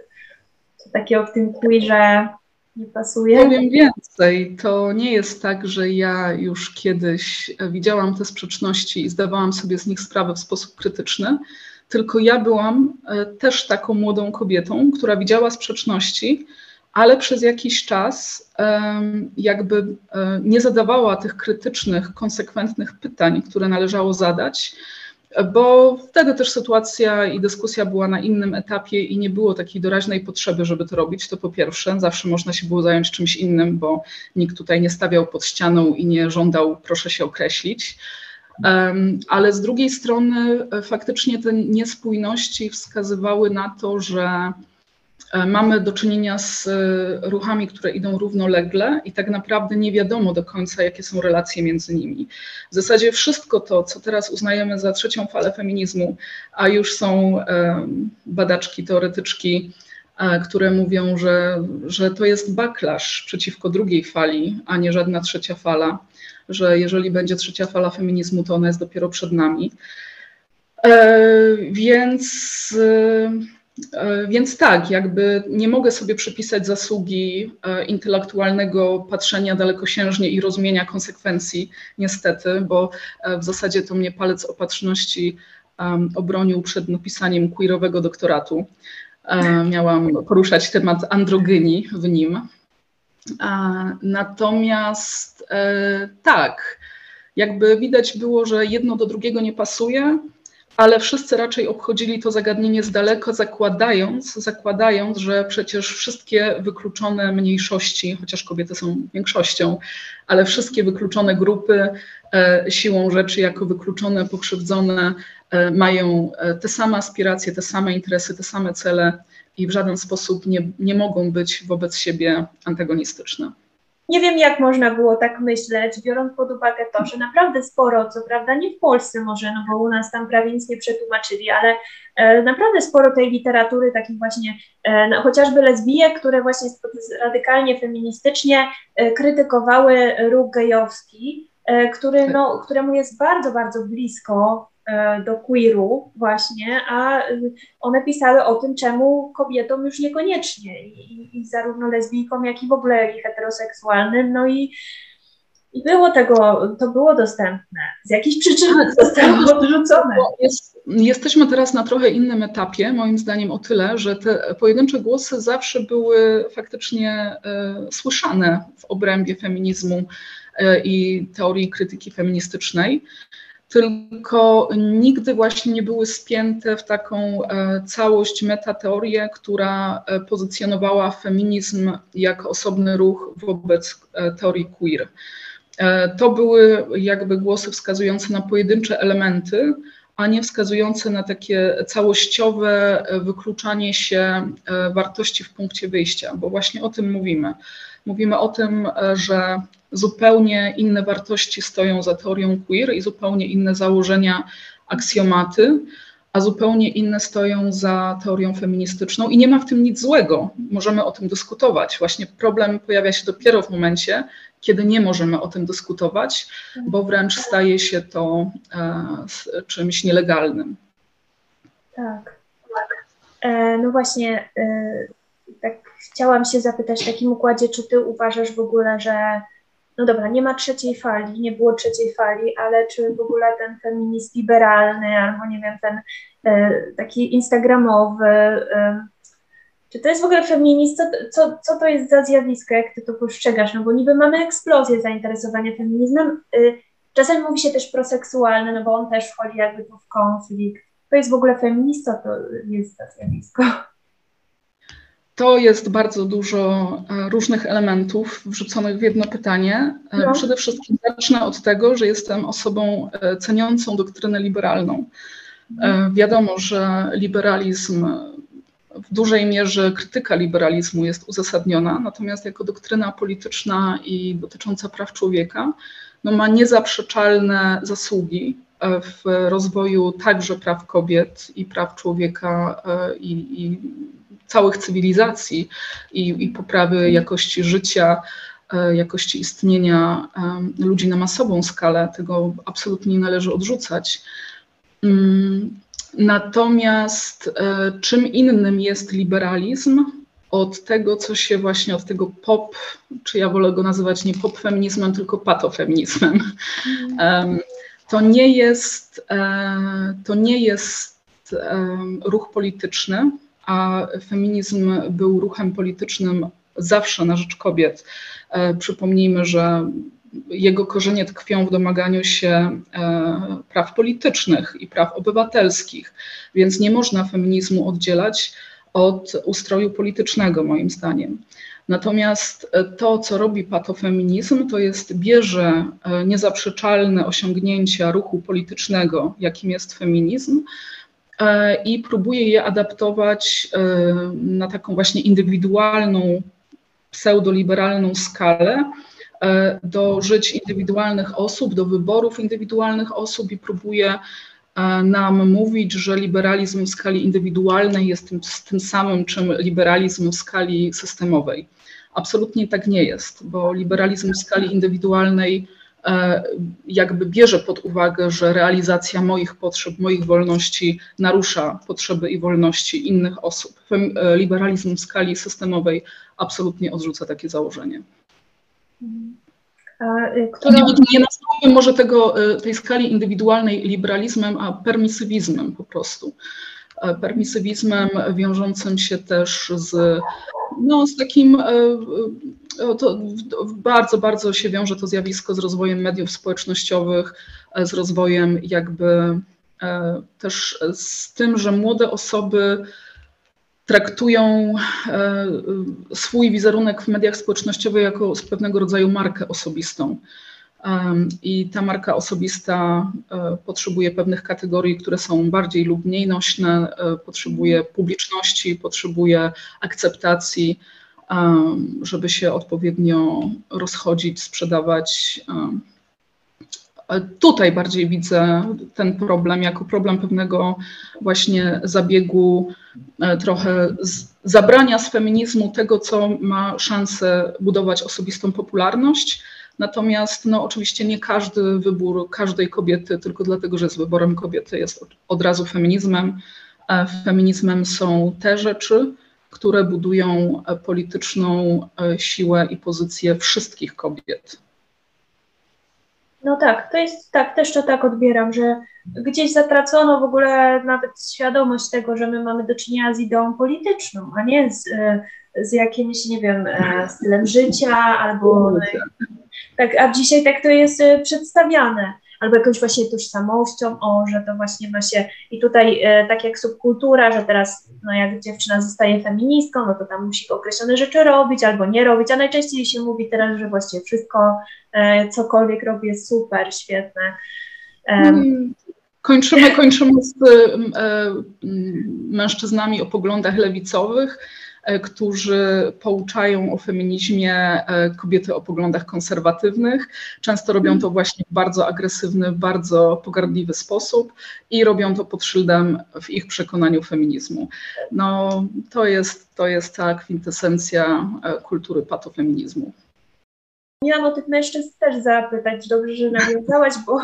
co takiego w tym queerze nie pasuje? Powiem więcej. To nie jest tak, że ja już kiedyś widziałam te sprzeczności i zdawałam sobie z nich sprawę w sposób krytyczny, tylko ja byłam też taką młodą kobietą, która widziała sprzeczności, ale przez jakiś czas jakby nie zadawała tych krytycznych, konsekwentnych pytań, które należało zadać, bo wtedy też sytuacja i dyskusja była na innym etapie i nie było takiej doraźnej potrzeby, żeby to robić. To po pierwsze, zawsze można się było zająć czymś innym, bo nikt tutaj nie stawiał pod ścianą i nie żądał, proszę się określić. Um, ale z drugiej strony faktycznie te niespójności wskazywały na to, że mamy do czynienia z ruchami, które idą równolegle i tak naprawdę nie wiadomo do końca, jakie są relacje między nimi. W zasadzie wszystko to, co teraz uznajemy za trzecią falę feminizmu, a już są um, badaczki, teoretyczki, um, które mówią, że, że to jest backlash przeciwko drugiej fali, a nie żadna trzecia fala, że jeżeli będzie trzecia fala feminizmu, to ona jest dopiero przed nami. E, więc Więc tak, jakby nie mogę sobie przypisać zasługi intelektualnego patrzenia dalekosiężnie i rozumienia konsekwencji, niestety, bo w zasadzie to mnie palec opatrzności obronił przed napisaniem queerowego doktoratu. Miałam poruszać temat androgynii w nim. Natomiast tak, jakby widać było, że jedno do drugiego nie pasuje, ale wszyscy raczej obchodzili to zagadnienie z daleka, zakładając, zakładając, że przecież wszystkie wykluczone mniejszości, chociaż kobiety są większością, ale wszystkie wykluczone grupy e, siłą rzeczy jako wykluczone, pokrzywdzone e, mają te same aspiracje, te same interesy, te same cele i w żaden sposób nie, nie mogą być wobec siebie antagonistyczne. Nie wiem, jak można było tak myśleć, biorąc pod uwagę to, że naprawdę sporo, co prawda nie w Polsce może, no bo u nas tam prawie nic nie przetłumaczyli, ale e, naprawdę sporo tej literatury, takich właśnie e, no, chociażby lesbijek, które właśnie radykalnie feministycznie e, krytykowały ruch gejowski, e, który, no, któremu jest bardzo, bardzo blisko do queeru właśnie, a one pisały o tym, czemu kobietom już niekoniecznie i, i zarówno lesbijkom, jak i w ogóle i heteroseksualnym, no i, i było tego, to było dostępne. Z jakichś przyczyn zostało odrzucone. Jest, jesteśmy teraz na trochę innym etapie, moim zdaniem o tyle, że te pojedyncze głosy zawsze były faktycznie y, słyszane w obrębie feminizmu y, i teorii krytyki feministycznej, tylko nigdy właśnie nie były spięte w taką e, całość metateorię, która e, pozycjonowała feminizm jako osobny ruch wobec e, teorii queer. E, to były jakby głosy wskazujące na pojedyncze elementy, a nie wskazujące na takie całościowe wykluczanie się e, wartości w punkcie wyjścia, bo właśnie o tym mówimy. Mówimy o tym, e, że zupełnie inne wartości stoją za teorią queer i zupełnie inne założenia, aksjomaty, a zupełnie inne stoją za teorią feministyczną i nie ma w tym nic złego. Możemy o tym dyskutować. Właśnie problem pojawia się dopiero w momencie, kiedy nie możemy o tym dyskutować, bo wręcz staje się to e, czymś nielegalnym. Tak. E, no właśnie, e, tak chciałam się zapytać w takim układzie, czy ty uważasz w ogóle, że no dobra, nie ma trzeciej fali, nie było trzeciej fali, ale czy w ogóle ten feminizm liberalny, albo nie wiem, ten e, taki instagramowy, e, czy to jest w ogóle feminizm, co, co, co to jest za zjawisko, jak ty to postrzegasz, no bo niby mamy eksplozję zainteresowania feminizmem, e, czasem mówi się też proseksualny, no bo on też wchodzi jakby tu w konflikt. To jest w ogóle feminizm, co to jest za zjawisko? To jest bardzo dużo różnych elementów wrzuconych w jedno pytanie. No. Przede wszystkim zacznę od tego, że jestem osobą ceniącą doktrynę liberalną. Mhm. Wiadomo, że liberalizm, w dużej mierze krytyka liberalizmu jest uzasadniona, natomiast jako doktryna polityczna i dotycząca praw człowieka no ma niezaprzeczalne zasługi w rozwoju także praw kobiet i praw człowieka i, i całych cywilizacji i, i poprawy jakości życia, jakości istnienia ludzi na masową skalę. Tego absolutnie nie należy odrzucać. Natomiast czym innym jest liberalizm od tego, co się właśnie, od tego pop, czy ja wolę go nazywać nie pop feminizmem, tylko patofeminizmem. Mm. To nie jest, to nie jest ruch polityczny, a feminizm był ruchem politycznym zawsze na rzecz kobiet. Przypomnijmy, że jego korzenie tkwią w domaganiu się praw politycznych i praw obywatelskich, więc nie można feminizmu oddzielać od ustroju politycznego, moim zdaniem. Natomiast to, co robi patofeminizm, to jest bierze niezaprzeczalne osiągnięcia ruchu politycznego, jakim jest feminizm, i próbuje je adaptować na taką właśnie indywidualną, pseudoliberalną skalę do żyć indywidualnych osób, do wyborów indywidualnych osób i próbuje nam mówić, że liberalizm w skali indywidualnej jest tym, tym samym, czym liberalizm w skali systemowej. Absolutnie tak nie jest, bo liberalizm w skali indywidualnej jakby bierze pod uwagę, że realizacja moich potrzeb, moich wolności narusza potrzeby i wolności innych osób. Liberalizm w skali systemowej absolutnie odrzuca takie założenie. A, którą... Nie, nie nazwałbym może tego, tej skali indywidualnej liberalizmem, a permisywizmem po prostu. Permisywizmem wiążącym się też z, no, z takim, to bardzo, bardzo się wiąże to zjawisko z rozwojem mediów społecznościowych, z rozwojem jakby też z tym, że młode osoby traktują swój wizerunek w mediach społecznościowych jako pewnego rodzaju markę osobistą. I ta marka osobista potrzebuje pewnych kategorii, które są bardziej lub mniej nośne, potrzebuje publiczności, potrzebuje akceptacji, żeby się odpowiednio rozchodzić, sprzedawać. Tutaj bardziej widzę ten problem jako problem pewnego właśnie zabiegu, trochę zabrania z feminizmu tego, co ma szansę budować osobistą popularność. Natomiast no, oczywiście nie każdy wybór każdej kobiety tylko dlatego, że jest wyborem kobiety, jest od razu feminizmem. Feminizmem są te rzeczy, które budują polityczną siłę i pozycję wszystkich kobiet. No tak, to jest tak, też to tak odbieram, że gdzieś zatracono w ogóle nawet świadomość tego, że my mamy do czynienia z ideą polityczną, a nie z, z jakimś, nie wiem, stylem życia albo... Tak, a dzisiaj tak to jest przedstawiane, albo jakąś właśnie tożsamością, o, że to właśnie ma się, i tutaj e, tak jak subkultura, że teraz, no jak dziewczyna zostaje feministką, no to tam musi określone rzeczy robić albo nie robić, a najczęściej się mówi teraz, że właściwie wszystko, e, cokolwiek robi jest super, świetne. E, Kończymy, kończymy z e, mężczyznami o poglądach lewicowych, którzy pouczają o feminizmie kobiety o poglądach konserwatywnych. Często robią to właśnie w bardzo agresywny, bardzo pogardliwy sposób i robią to pod szyldem w ich przekonaniu feminizmu. No, to jest, to jest ta kwintesencja kultury patofeminizmu. Miałam o tych mężczyzn też zapytać, dobrze, że nawiązałaś, bo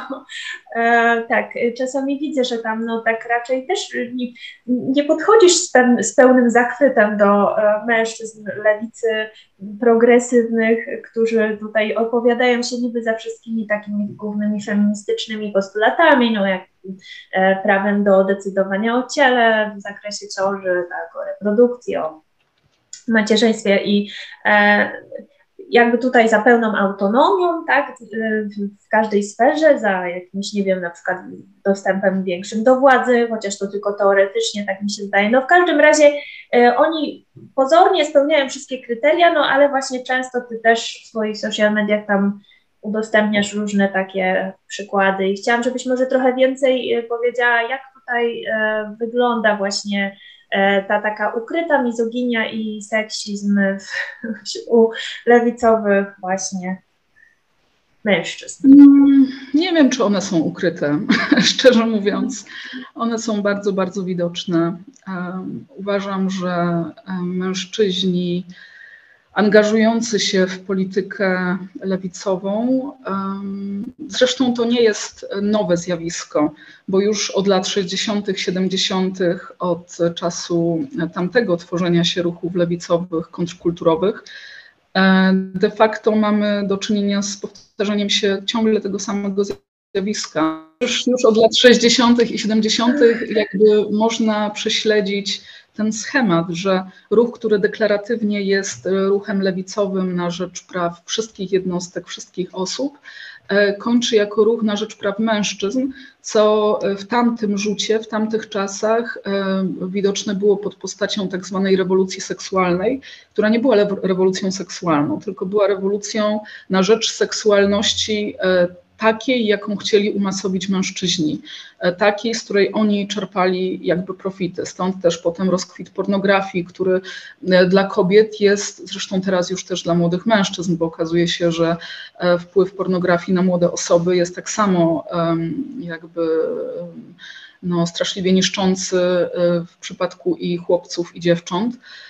e, tak, czasami widzę, że tam no tak raczej też nie, nie podchodzisz z, pe z pełnym zachwytem do e, mężczyzn lewicy progresywnych, którzy tutaj opowiadają się niby za wszystkimi takimi głównymi feministycznymi postulatami, no jak e, prawem do decydowania o ciele w zakresie ciąży, tak, o reprodukcji, o macierzyństwie i e, jakby tutaj za pełną autonomią, tak, w każdej sferze, za jakimś, nie wiem, na przykład dostępem większym do władzy, chociaż to tylko teoretycznie, tak mi się zdaje. No w każdym razie e, oni pozornie spełniają wszystkie kryteria, no ale właśnie często ty też w swoich social mediach tam udostępniasz różne takie przykłady i chciałam, żebyś może trochę więcej powiedziała, jak tutaj e, wygląda właśnie ta taka ukryta mizoginia i seksizm w, u lewicowych właśnie mężczyzn. Nie wiem, czy one są ukryte, szczerze mówiąc. One są bardzo, bardzo widoczne. Um, uważam, że mężczyźni angażujący się w politykę lewicową, um, zresztą to nie jest nowe zjawisko, bo już od lat sześćdziesiątych, siedemdziesiątych, od czasu tamtego tworzenia się ruchów lewicowych, kontrkulturowych, de facto mamy do czynienia z powtarzaniem się ciągle tego samego zjawiska. Już, już od lat sześćdziesiątych i siedemdziesiątych jakby można prześledzić ten schemat, że ruch, który deklaratywnie jest ruchem lewicowym na rzecz praw wszystkich jednostek, wszystkich osób, kończy jako ruch na rzecz praw mężczyzn, co w tamtym rzucie, w tamtych czasach widoczne było pod postacią tak zwanej rewolucji seksualnej, która nie była rewolucją seksualną, tylko była rewolucją na rzecz seksualności takiej, jaką chcieli umasowić mężczyźni, takiej, z której oni czerpali jakby profity. Stąd też potem rozkwit pornografii, który dla kobiet jest, zresztą teraz już też dla młodych mężczyzn, bo okazuje się, że wpływ pornografii na młode osoby jest tak samo jakby no, straszliwie niszczący w przypadku i chłopców, i dziewcząt.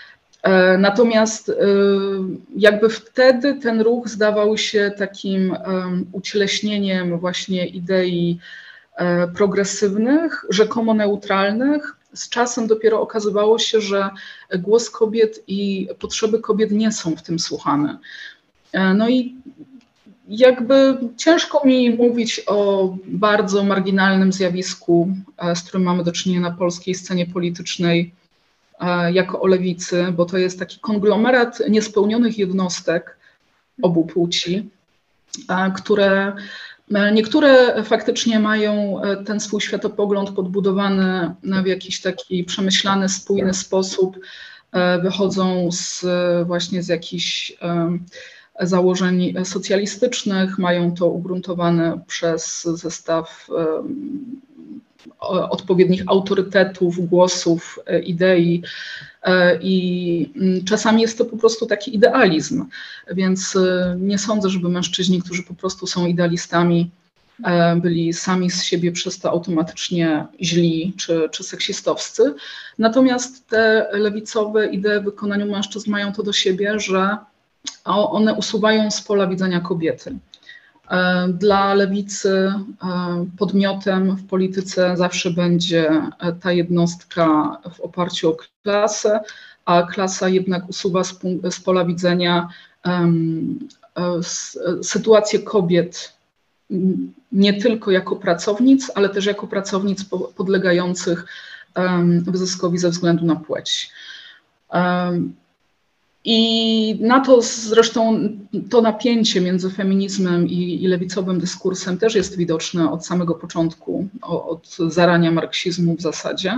Natomiast jakby wtedy ten ruch zdawał się takim ucieleśnieniem właśnie idei progresywnych, rzekomo neutralnych. Z czasem dopiero okazywało się, że głos kobiet i potrzeby kobiet nie są w tym słuchane. No i jakby ciężko mi mówić o bardzo marginalnym zjawisku, z którym mamy do czynienia na polskiej scenie politycznej, jako o lewicy, bo to jest taki konglomerat niespełnionych jednostek obu płci, które niektóre faktycznie mają ten swój światopogląd podbudowany w jakiś taki przemyślany, spójny sposób, wychodzą z właśnie z jakichś założeń socjalistycznych, mają to ugruntowane przez zestaw odpowiednich autorytetów, głosów, idei i czasami jest to po prostu taki idealizm, więc nie sądzę, żeby mężczyźni, którzy po prostu są idealistami, byli sami z siebie przez to automatycznie źli czy, czy seksistowscy. Natomiast te lewicowe idee w wykonaniu mężczyzn mają to do siebie, że one usuwają z pola widzenia kobiety. Dla lewicy podmiotem w polityce zawsze będzie ta jednostka w oparciu o klasę, a klasa jednak usuwa z, z pola widzenia um, sytuację kobiet nie tylko jako pracownic, ale też jako pracownic podlegających um, wyzyskowi ze względu na płeć. Um, I na to zresztą to napięcie między feminizmem i, i lewicowym dyskursem też jest widoczne od samego początku, od zarania marksizmu w zasadzie.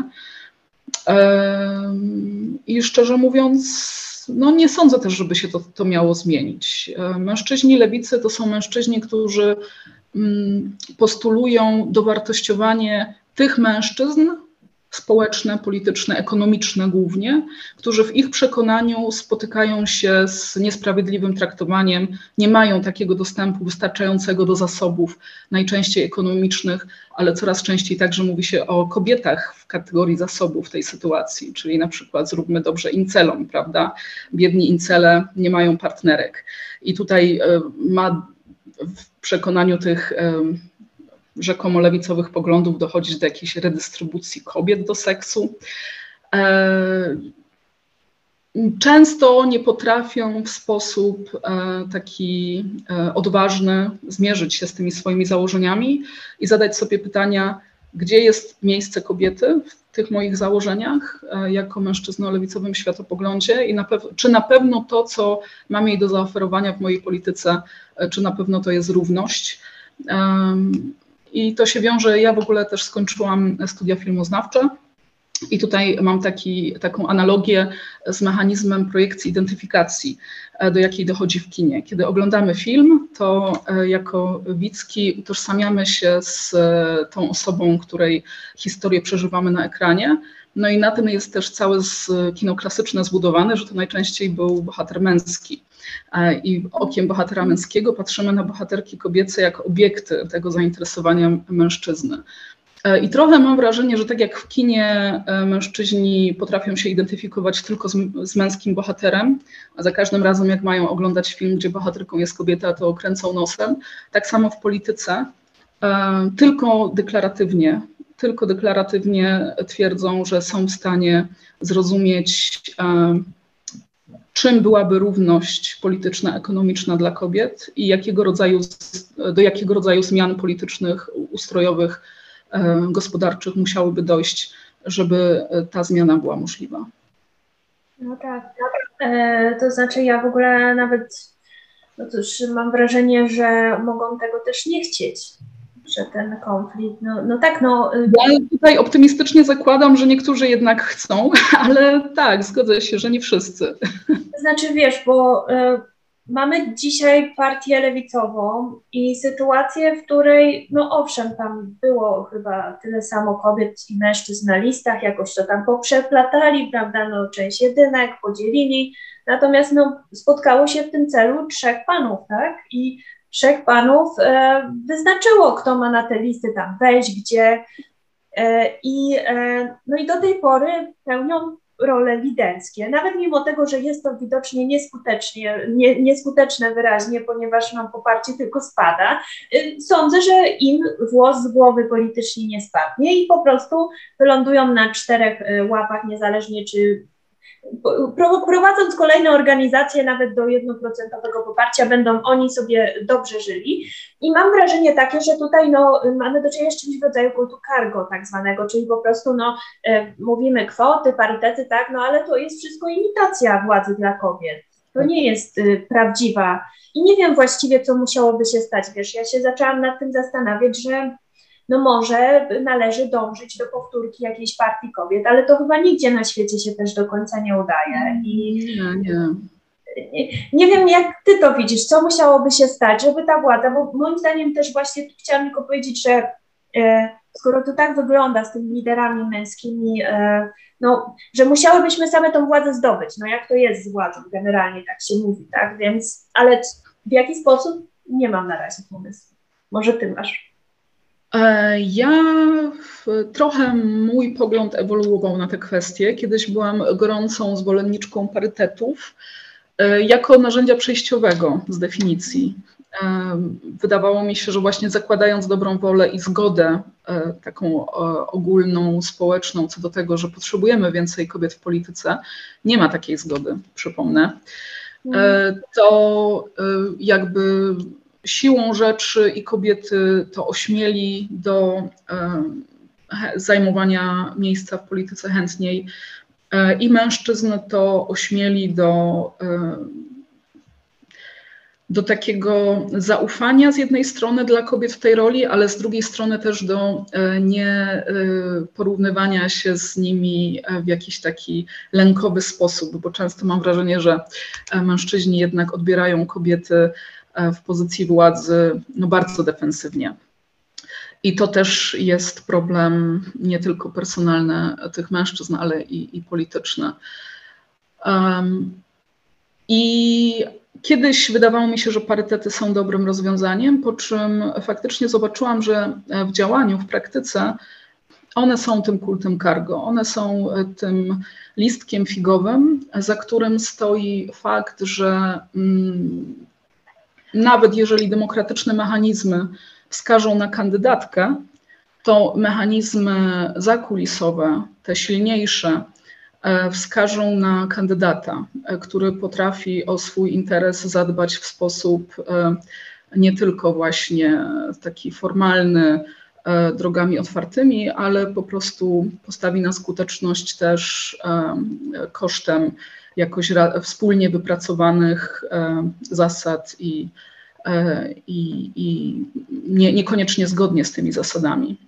I szczerze mówiąc, no nie sądzę też, żeby się to, to miało zmienić. Mężczyźni lewicy to są mężczyźni, którzy postulują dowartościowanie tych mężczyzn, społeczne, polityczne, ekonomiczne głównie, którzy w ich przekonaniu spotykają się z niesprawiedliwym traktowaniem, nie mają takiego dostępu wystarczającego do zasobów, najczęściej ekonomicznych, ale coraz częściej także mówi się o kobietach w kategorii zasobów w tej sytuacji, czyli na przykład zróbmy dobrze incelom, prawda? Biedni incele nie mają partnerek. I tutaj ma w przekonaniu tych rzekomo lewicowych poglądów dochodzić do jakiejś redystrybucji kobiet do seksu. Często nie potrafią w sposób taki odważny zmierzyć się z tymi swoimi założeniami i zadać sobie pytania, gdzie jest miejsce kobiety w tych moich założeniach jako mężczyzny o lewicowym światopoglądzie i na pew- czy na pewno to, co mam jej do zaoferowania w mojej polityce, czy na pewno to jest równość. I to się wiąże, ja w ogóle też skończyłam studia filmoznawcze i tutaj mam taki, taką analogię z mechanizmem projekcji identyfikacji, do jakiej dochodzi w kinie. Kiedy oglądamy film, to jako widzki utożsamiamy się z tą osobą, której historię przeżywamy na ekranie. No i na tym jest też całe kino klasyczne zbudowane, że to najczęściej był bohater męski. I okiem bohatera męskiego patrzymy na bohaterki kobiece jako obiekty tego zainteresowania mężczyzny. I trochę mam wrażenie, że tak jak w kinie mężczyźni potrafią się identyfikować tylko z, z męskim bohaterem, a za każdym razem jak mają oglądać film, gdzie bohaterką jest kobieta, to kręcą nosem, tak samo w polityce, tylko deklaratywnie, tylko deklaratywnie twierdzą, że są w stanie zrozumieć, czym byłaby równość polityczna, ekonomiczna dla kobiet i jakiego rodzaju, do jakiego rodzaju zmian politycznych, ustrojowych, gospodarczych musiałyby dojść, żeby ta zmiana była możliwa. No tak, e, to znaczy ja w ogóle nawet, no cóż, mam wrażenie, że mogą tego też nie chcieć, że ten konflikt, no, no tak, no... Ja tutaj optymistycznie zakładam, że niektórzy jednak chcą, ale tak, zgodzę się, że nie wszyscy. To znaczy, wiesz, bo y, mamy dzisiaj partię lewicową i sytuację, w której, no owszem, tam było chyba tyle samo kobiet i mężczyzn na listach, jakoś to tam poprzeplatali, prawda, no część jedynek podzielili, natomiast no spotkało się w tym celu trzech panów, tak, i trzech panów e, wyznaczyło, kto ma na te listy tam wejść, gdzie e, i, e, no i do tej pory pełnią role liderskie, nawet mimo tego, że jest to widocznie nieskutecznie, nie, nieskuteczne wyraźnie, ponieważ mam poparcie tylko spada, sądzę, że im włos z głowy politycznie nie spadnie i po prostu wylądują na czterech łapach, niezależnie czy prowadząc kolejne organizacje nawet do jednoprocentowego poparcia, będą oni sobie dobrze żyli. I mam wrażenie takie, że tutaj no, mamy do czynienia z czymś w rodzaju kultu cargo tak zwanego, czyli po prostu no, e, mówimy kwoty, parytety, tak, no ale to jest wszystko imitacja władzy dla kobiet. To nie jest y, prawdziwa. I nie wiem właściwie, co musiałoby się stać. Wiesz, ja się zaczęłam nad tym zastanawiać, że no może należy dążyć do powtórki jakiejś partii kobiet, ale to chyba nigdzie na świecie się też do końca nie udaje. I nie, nie. Nie, nie wiem, jak ty to widzisz, co musiałoby się stać, żeby ta władza, bo moim zdaniem też właśnie chciałam tylko powiedzieć, że e, skoro to tak wygląda z tymi liderami męskimi, e, no, że musiałybyśmy same tą władzę zdobyć, no jak to jest z władzą, generalnie tak się mówi, tak, więc, ale w jaki sposób, nie mam na razie pomysłu. Może ty masz. Ja trochę mój pogląd ewoluował na te kwestie. Kiedyś byłam gorącą zwolenniczką parytetów jako narzędzia przejściowego z definicji. Wydawało mi się, że właśnie zakładając dobrą wolę i zgodę taką ogólną, społeczną co do tego, że potrzebujemy więcej kobiet w polityce, nie ma takiej zgody, przypomnę, to jakby siłą rzeczy i kobiety to ośmieli do zajmowania miejsca w polityce chętniej i mężczyzn to ośmieli do, do takiego zaufania z jednej strony dla kobiet w tej roli, ale z drugiej strony też do nie porównywania się z nimi w jakiś taki lękowy sposób, bo często mam wrażenie, że mężczyźni jednak odbierają kobiety w pozycji władzy no bardzo defensywnie. I to też jest problem nie tylko personalny tych mężczyzn, ale i, i polityczny. Um, I kiedyś wydawało mi się, że parytety są dobrym rozwiązaniem, po czym faktycznie zobaczyłam, że w działaniu, w praktyce one są tym kultem cargo, one są tym listkiem figowym, za którym stoi fakt, że mm, nawet jeżeli demokratyczne mechanizmy wskażą na kandydatkę, to mechanizmy zakulisowe, te silniejsze, wskażą na kandydata, który potrafi o swój interes zadbać w sposób nie tylko właśnie taki formalny, drogami otwartymi, ale po prostu postawi na skuteczność też kosztem jakoś wspólnie wypracowanych zasad i, i, i nie, niekoniecznie zgodnie z tymi zasadami.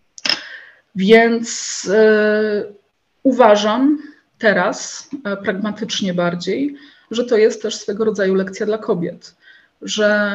Więc uważam teraz, pragmatycznie bardziej, że to jest też swego rodzaju lekcja dla kobiet, że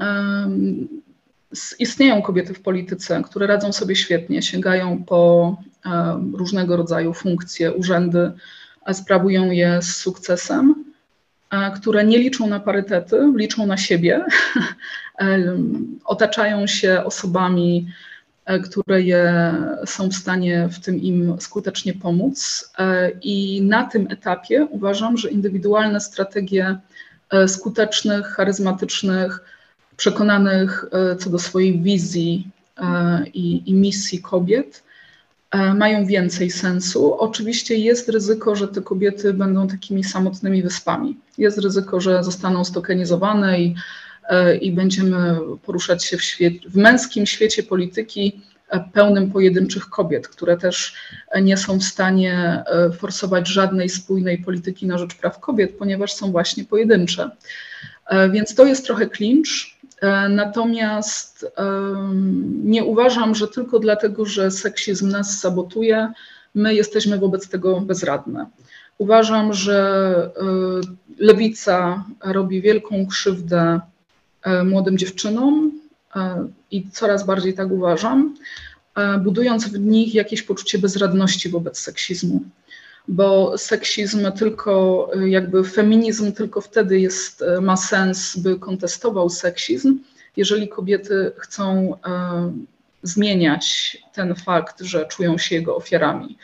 istnieją kobiety w polityce, które radzą sobie świetnie, sięgają po różnego rodzaju funkcje, urzędy, a sprawują je z sukcesem, które nie liczą na parytety, liczą na siebie, otaczają się osobami, które je są w stanie w tym im skutecznie pomóc. I na tym etapie uważam, że indywidualne strategie skutecznych, charyzmatycznych, przekonanych co do swojej wizji i, i misji kobiet mają więcej sensu. Oczywiście jest ryzyko, że te kobiety będą takimi samotnymi wyspami. Jest ryzyko, że zostaną stokenizowane i, i będziemy poruszać się w, świecie, w męskim świecie polityki pełnym pojedynczych kobiet, które też nie są w stanie forsować żadnej spójnej polityki na rzecz praw kobiet, ponieważ są właśnie pojedyncze. Więc to jest trochę klincz. Natomiast nie uważam, że tylko dlatego, że seksizm nas sabotuje, my jesteśmy wobec tego bezradne. Uważam, że lewica robi wielką krzywdę młodym dziewczynom i coraz bardziej tak uważam, budując w nich jakieś poczucie bezradności wobec seksizmu. Bo seksizm tylko, jakby feminizm tylko wtedy jest, ma sens, by kontestował seksizm, jeżeli kobiety chcą e, zmieniać ten fakt, że czują się jego ofiarami.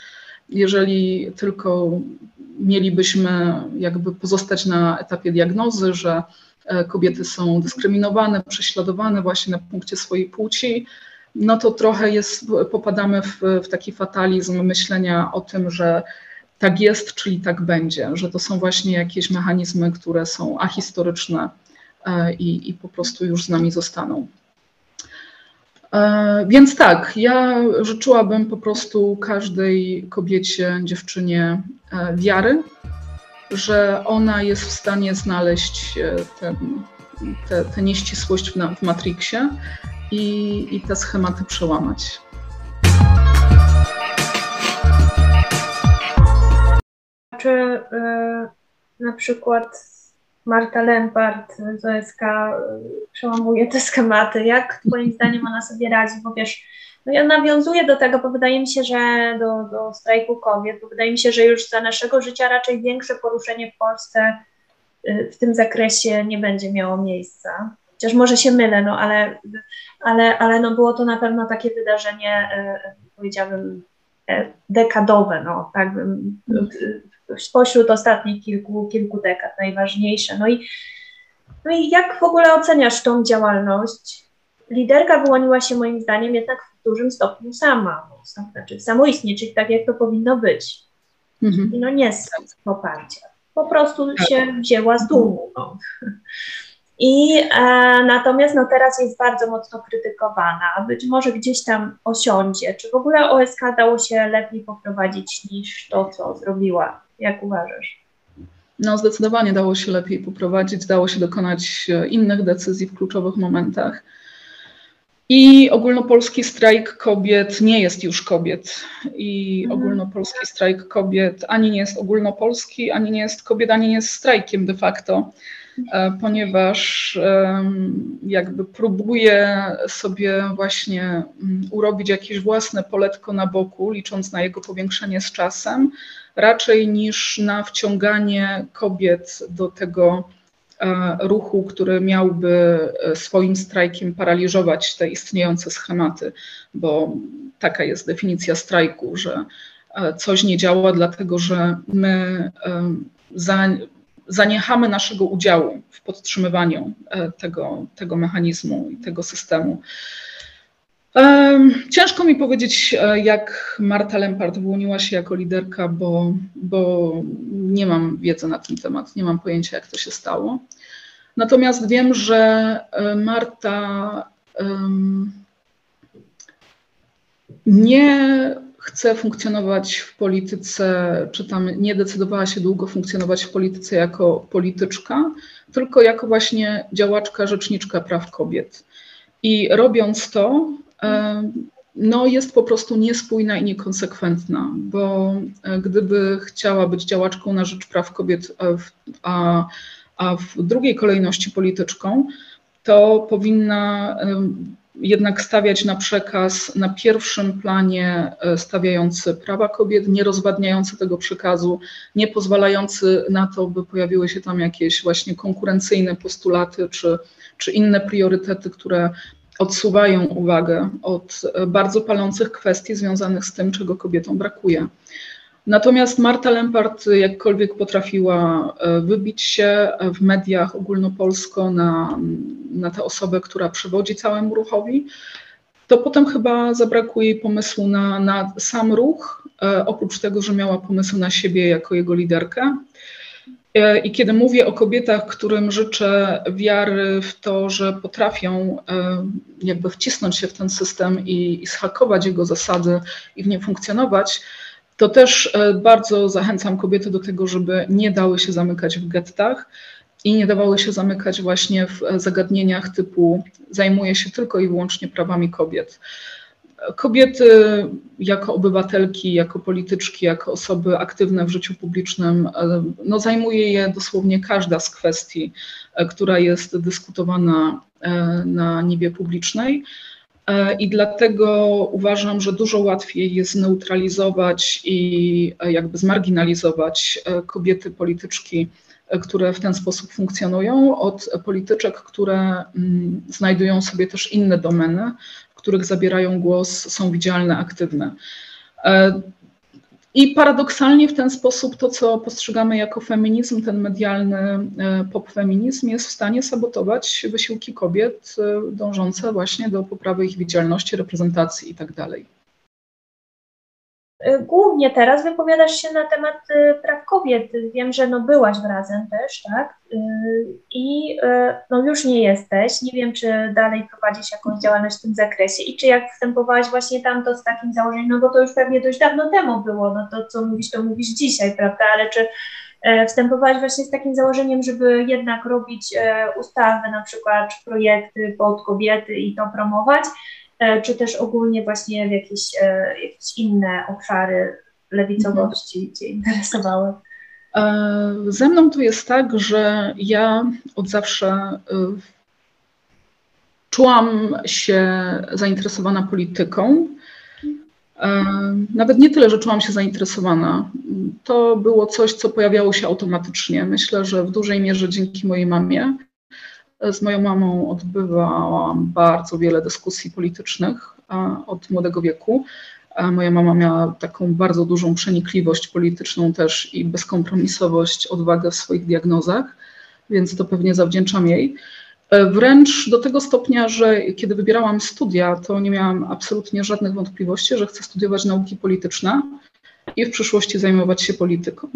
jeżeli tylko mielibyśmy jakby pozostać na etapie diagnozy, że kobiety są dyskryminowane, prześladowane właśnie na punkcie swojej płci, no to trochę jest, popadamy w, w taki fatalizm myślenia o tym, że tak jest, czyli tak będzie, że to są właśnie jakieś mechanizmy, które są ahistoryczne i, i po prostu już z nami zostaną. Więc tak, ja życzyłabym po prostu każdej kobiecie, dziewczynie wiary, że ona jest w stanie znaleźć ten, te, te nieścisłość w, w Matrixie i, i te schematy przełamać. Czy y, na przykład Marta Lempart z O S K przełamuje te schematy? Jak twoim zdaniem ona sobie radzi? Bo wiesz, no ja nawiązuję do tego, bo wydaje mi się, że do, do strajku kobiet, bo wydaje mi się, że już za naszego życia raczej większe poruszenie w Polsce y, w tym zakresie nie będzie miało miejsca. Chociaż może się mylę, no ale, ale, ale no było to na pewno takie wydarzenie, y, powiedziałabym, dekadowe, no tak bym, spośród ostatnich kilku, kilku dekad najważniejsze. No i, no i jak w ogóle oceniasz tą działalność? Liderka wyłoniła się moim zdaniem jednak w dużym stopniu sama, no, znaczy samoistnie, czyli tak jak to powinno być. Mhm. I no nie z poparcia. Po prostu się wzięła z dumu. No. I e, natomiast no, teraz jest bardzo mocno krytykowana, być może gdzieś tam osiądzie. Czy w ogóle O S K dało się lepiej poprowadzić niż to, co zrobiła? Jak uważasz? No zdecydowanie dało się lepiej poprowadzić, dało się dokonać innych decyzji w kluczowych momentach. I ogólnopolski strajk kobiet nie jest już kobiet. I mhm. ogólnopolski strajk kobiet ani nie jest ogólnopolski, ani nie jest kobiet, ani nie jest strajkiem de facto. Ponieważ jakby próbuje sobie właśnie urobić jakieś własne poletko na boku, licząc na jego powiększenie z czasem, raczej niż na wciąganie kobiet do tego ruchu, który miałby swoim strajkiem paraliżować te istniejące schematy, bo taka jest definicja strajku, że coś nie działa, dlatego że my za zaniechamy naszego udziału w podtrzymywaniu tego, tego mechanizmu i tego systemu. Ciężko mi powiedzieć, jak Marta Lempart wyłoniła się jako liderka, bo, bo nie mam wiedzy na ten temat, nie mam pojęcia, jak to się stało. Natomiast wiem, że Marta um, nie chce funkcjonować w polityce, czy tam nie decydowała się długo funkcjonować w polityce jako polityczka, tylko jako właśnie działaczka, rzeczniczka praw kobiet. I robiąc to, no jest po prostu niespójna i niekonsekwentna, bo gdyby chciała być działaczką na rzecz praw kobiet, a, a w drugiej kolejności polityczką, to powinna jednak stawiać na przekaz na pierwszym planie stawiający prawa kobiet, nie rozwadniający tego przekazu, nie pozwalający na to, by pojawiły się tam jakieś właśnie konkurencyjne postulaty czy, czy inne priorytety, które odsuwają uwagę od bardzo palących kwestii związanych z tym, czego kobietom brakuje. Natomiast Marta Lempart jakkolwiek potrafiła wybić się w mediach ogólnopolsko na, na tę osobę, która przewodzi całemu ruchowi, to potem chyba zabrakło jej pomysłu na, na sam ruch, oprócz tego, że miała pomysł na siebie jako jego liderkę. I kiedy mówię o kobietach, którym życzę wiary w to, że potrafią jakby wcisnąć się w ten system i, i zhakować jego zasady i w nim funkcjonować, to też bardzo zachęcam kobiety do tego, żeby nie dały się zamykać w gettach i nie dawały się zamykać właśnie w zagadnieniach typu zajmuję się tylko i wyłącznie prawami kobiet. Kobiety jako obywatelki, jako polityczki, jako osoby aktywne w życiu publicznym, no zajmuje je dosłownie każda z kwestii, która jest dyskutowana na niwie publicznej. I dlatego uważam, że dużo łatwiej jest zneutralizować i jakby zmarginalizować kobiety polityczki, które w ten sposób funkcjonują, od polityczek, które znajdują sobie też inne domeny, w których zabierają głos, są widzialne, aktywne. I paradoksalnie w ten sposób to, co postrzegamy jako feminizm, ten medialny popfeminizm, jest w stanie sabotować wysiłki kobiet dążące właśnie do poprawy ich widzialności, reprezentacji i tak dalej. Głównie teraz wypowiadasz się na temat praw kobiet. Wiem, że no byłaś w Razem też, tak? I no już nie jesteś. Nie wiem, czy dalej prowadzisz jakąś działalność w tym zakresie i czy jak wstępowałaś właśnie tam, to z takim założeniem, no bo to już pewnie dość dawno temu było, no to co mówisz, to mówisz dzisiaj, prawda? Ale czy wstępowałaś właśnie z takim założeniem, żeby jednak robić ustawy, na przykład projekty pod kobiety i to promować? Czy też ogólnie właśnie w jakieś, jakieś inne obszary lewicowości Cię interesowały? Ze mną to jest tak, że ja od zawsze czułam się zainteresowana polityką. Nawet nie tyle, że czułam się zainteresowana. To było coś, co pojawiało się automatycznie. Myślę, że w dużej mierze dzięki mojej mamie. Z moją mamą odbywałam bardzo wiele dyskusji politycznych od młodego wieku. Moja mama miała taką bardzo dużą przenikliwość polityczną też i bezkompromisowość, odwagę w swoich diagnozach, więc to pewnie zawdzięczam jej. Wręcz do tego stopnia, że kiedy wybierałam studia, to nie miałam absolutnie żadnych wątpliwości, że chcę studiować nauki polityczne i w przyszłości zajmować się polityką.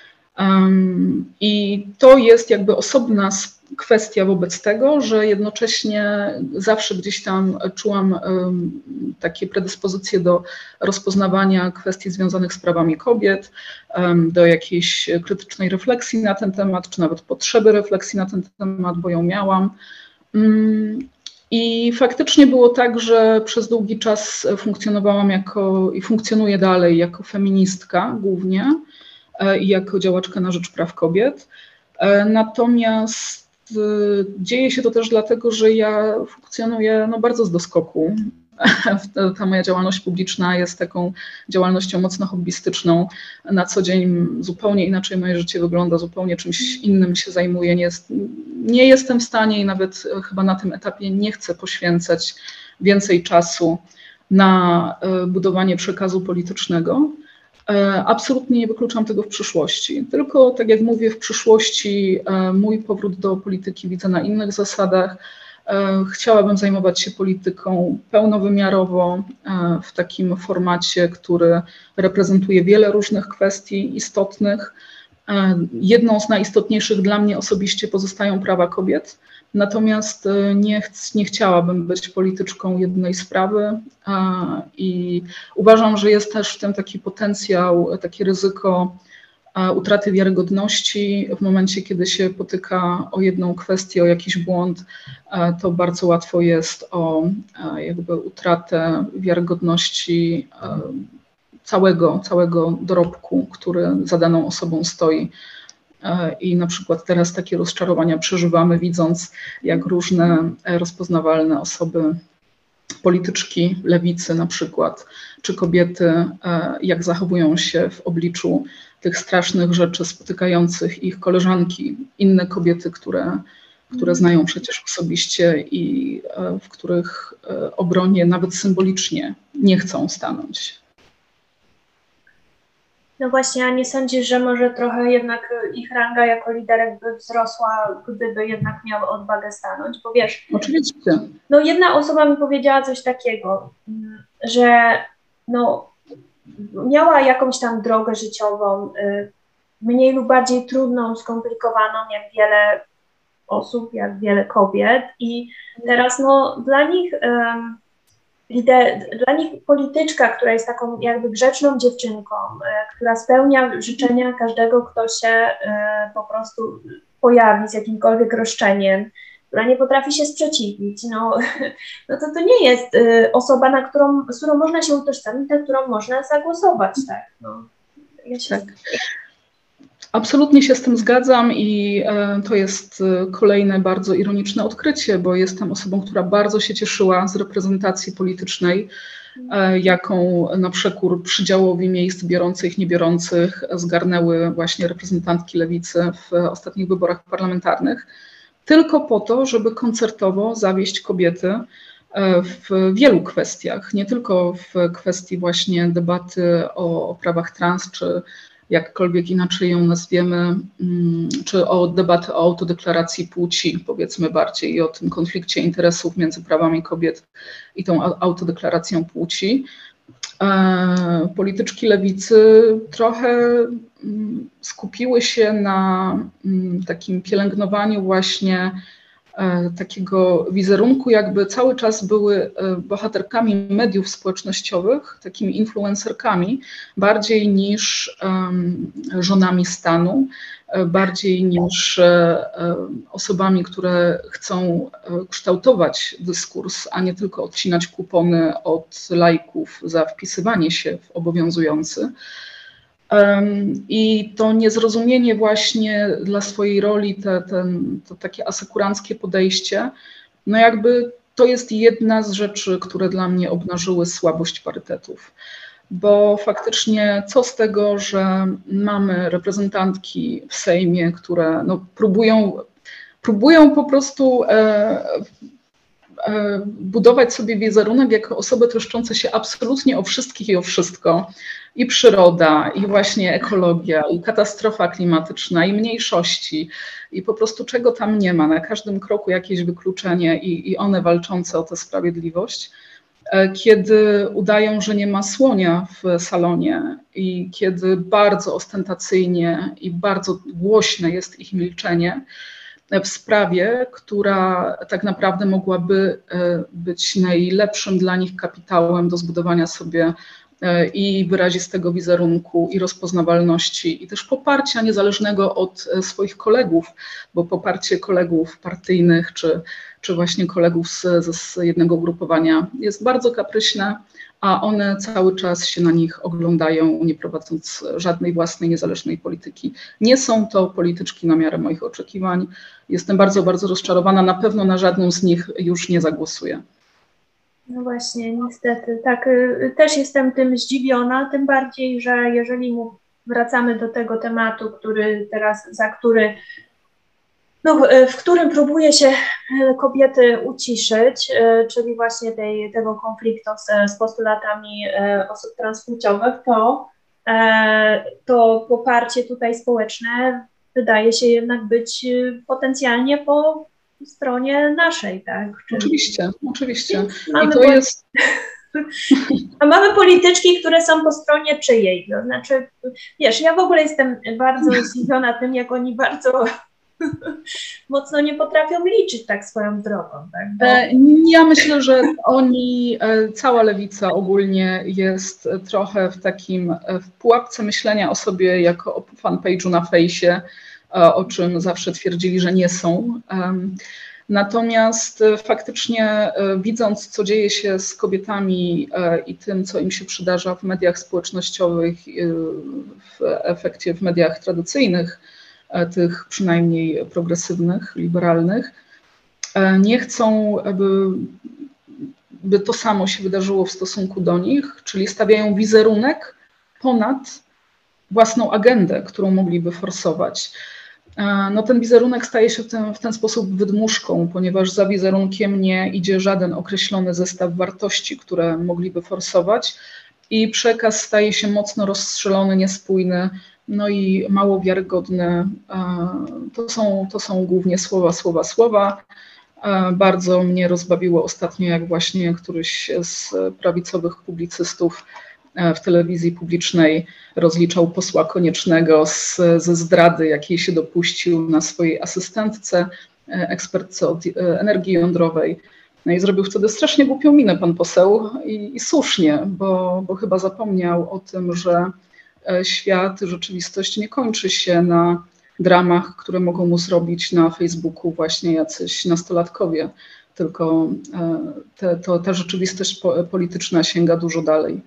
Um, I to jest jakby osobna kwestia wobec tego, że jednocześnie zawsze gdzieś tam czułam um, takie predyspozycje do rozpoznawania kwestii związanych z prawami kobiet, um, do jakiejś krytycznej refleksji na ten temat, czy nawet potrzeby refleksji na ten temat, bo ją miałam. Um, I faktycznie było tak, że przez długi czas funkcjonowałam jako i funkcjonuję dalej jako feministka głównie i jako działaczka na rzecz praw kobiet. Natomiast dzieje się to też dlatego, że ja funkcjonuję no, bardzo z doskoku. Ta moja działalność publiczna jest taką działalnością mocno hobbystyczną. Na co dzień zupełnie inaczej moje życie wygląda, zupełnie czymś innym się zajmuję. Nie, jest, nie jestem w stanie i nawet chyba na tym etapie nie chcę poświęcać więcej czasu na budowanie przekazu politycznego. Absolutnie nie wykluczam tego w przyszłości, tylko tak jak mówię, w przyszłości mój powrót do polityki widzę na innych zasadach. Chciałabym zajmować się polityką pełnowymiarowo, w takim formacie, który reprezentuje wiele różnych kwestii istotnych. Jedną z najistotniejszych dla mnie osobiście pozostają prawa kobiet, natomiast nie, ch- nie chciałabym być polityczką jednej sprawy i uważam, że jest też w tym taki potencjał, takie ryzyko utraty wiarygodności. W momencie, kiedy się potyka o jedną kwestię, o jakiś błąd, to bardzo łatwo jest o jakby utratę wiarygodności całego, całego dorobku, który za daną osobą stoi. I na przykład teraz takie rozczarowania przeżywamy, widząc, jak różne rozpoznawalne osoby, polityczki lewicy na przykład, czy kobiety, jak zachowują się w obliczu tych strasznych rzeczy spotykających ich koleżanki, inne kobiety, które, które znają przecież osobiście i w których obronie nawet symbolicznie nie chcą stanąć. No właśnie, a nie sądzisz, że może trochę jednak ich ranga jako liderek by wzrosła, gdyby jednak miały odwagę stanąć? Bo wiesz, oczywiście. No jedna osoba mi powiedziała coś takiego, że no, miała jakąś tam drogę życiową, mniej lub bardziej trudną, skomplikowaną, jak wiele osób, jak wiele kobiet i teraz no dla nich... Um, Dla nich polityczka, która jest taką jakby grzeczną dziewczynką, która spełnia życzenia każdego, kto się po prostu pojawi z jakimkolwiek roszczeniem, która nie potrafi się sprzeciwić, no, no to to nie jest osoba, na którą, z którą można się utożsamić, na którą można zagłosować. Tak, no. Ja się... tak. Absolutnie się z tym zgadzam i to jest kolejne bardzo ironiczne odkrycie, bo jestem osobą, która bardzo się cieszyła z reprezentacji politycznej, jaką na przekór przydziałowi miejsc biorących, niebiorących zgarnęły właśnie reprezentantki lewicy w ostatnich wyborach parlamentarnych, tylko po to, żeby koncertowo zawieść kobiety w wielu kwestiach, nie tylko w kwestii właśnie debaty o, o prawach trans, czy jakkolwiek inaczej ją nazwiemy, czy o debaty o autodeklaracji płci, powiedzmy bardziej, i o tym konflikcie interesów między prawami kobiet i tą autodeklaracją płci. Polityczki lewicy trochę skupiły się na takim pielęgnowaniu właśnie takiego wizerunku, jakby cały czas były bohaterkami mediów społecznościowych, takimi influencerkami, bardziej niż żonami stanu, bardziej niż osobami, które chcą kształtować dyskurs, a nie tylko odcinać kupony od lajków za wpisywanie się w obowiązujący. I to niezrozumienie właśnie dla swojej roli, te, ten, to takie asekuranckie podejście, no jakby to jest jedna z rzeczy, które dla mnie obnażyły słabość parytetów. Bo faktycznie co z tego, że mamy reprezentantki w Sejmie, które no próbują, próbują po prostu e, e, budować sobie wizerunek jako osoby troszczące się absolutnie o wszystkich i o wszystko. I przyroda, i właśnie ekologia, i katastrofa klimatyczna, i mniejszości, i po prostu czego tam nie ma, na każdym kroku jakieś wykluczenie i, i one walczące o tę sprawiedliwość. Kiedy udają, że nie ma słonia w salonie i kiedy bardzo ostentacyjnie i bardzo głośne jest ich milczenie w sprawie, która tak naprawdę mogłaby być najlepszym dla nich kapitałem do zbudowania sobie i wyrazistego wizerunku, i rozpoznawalności, i też poparcia niezależnego od swoich kolegów, bo poparcie kolegów partyjnych czy, czy właśnie kolegów z, z jednego ugrupowania jest bardzo kapryśne, a one cały czas się na nich oglądają, nie prowadząc żadnej własnej niezależnej polityki. Nie są to polityczki na miarę moich oczekiwań. Jestem bardzo, bardzo rozczarowana. Na pewno na żadną z nich już nie zagłosuję. No właśnie, niestety. Tak, też jestem tym zdziwiona, tym bardziej, że jeżeli wracamy do tego tematu, który teraz, za który, no, w którym próbuje się kobiety uciszyć, czyli właśnie tej, tego konfliktu z, z postulatami osób transpłciowych, to, to poparcie tutaj społeczne wydaje się jednak być potencjalnie po stronie naszej, tak? Czyli oczywiście, oczywiście. I to jest... A mamy polityczki, które są po stronie czyjej. To znaczy, wiesz, ja w ogóle jestem bardzo zdziwiona tym, jak oni bardzo mocno nie potrafią liczyć tak swoją drogą. Tak? Bo... Ja myślę, że oni, cała lewica ogólnie jest trochę w takim, w pułapce myślenia o sobie jako o fanpage'u na fejsie, o czym zawsze twierdzili, że nie są. Natomiast faktycznie widząc, co dzieje się z kobietami i tym, co im się przydarza w mediach społecznościowych, w efekcie w mediach tradycyjnych, tych przynajmniej progresywnych, liberalnych, nie chcą, aby by to samo się wydarzyło w stosunku do nich, czyli stawiają wizerunek ponad własną agendę, którą mogliby forsować. No ten wizerunek staje się w ten, w ten sposób wydmuszką, ponieważ za wizerunkiem nie idzie żaden określony zestaw wartości, które mogliby forsować i przekaz staje się mocno rozstrzelony, niespójny, no i mało wiarygodny. To są, to są głównie słowa, słowa, słowa. Bardzo mnie rozbawiło ostatnio, jak właśnie któryś z prawicowych publicystów w telewizji publicznej rozliczał posła Koniecznego z, ze zdrady, jakiej się dopuścił na swojej asystentce, ekspertce od energii jądrowej. No i zrobił wtedy strasznie głupią minę pan poseł i, i słusznie, bo, bo chyba zapomniał o tym, że świat, rzeczywistość nie kończy się na dramach, które mogą mu zrobić na Facebooku właśnie jacyś nastolatkowie, tylko te, to, ta rzeczywistość polityczna sięga dużo dalej.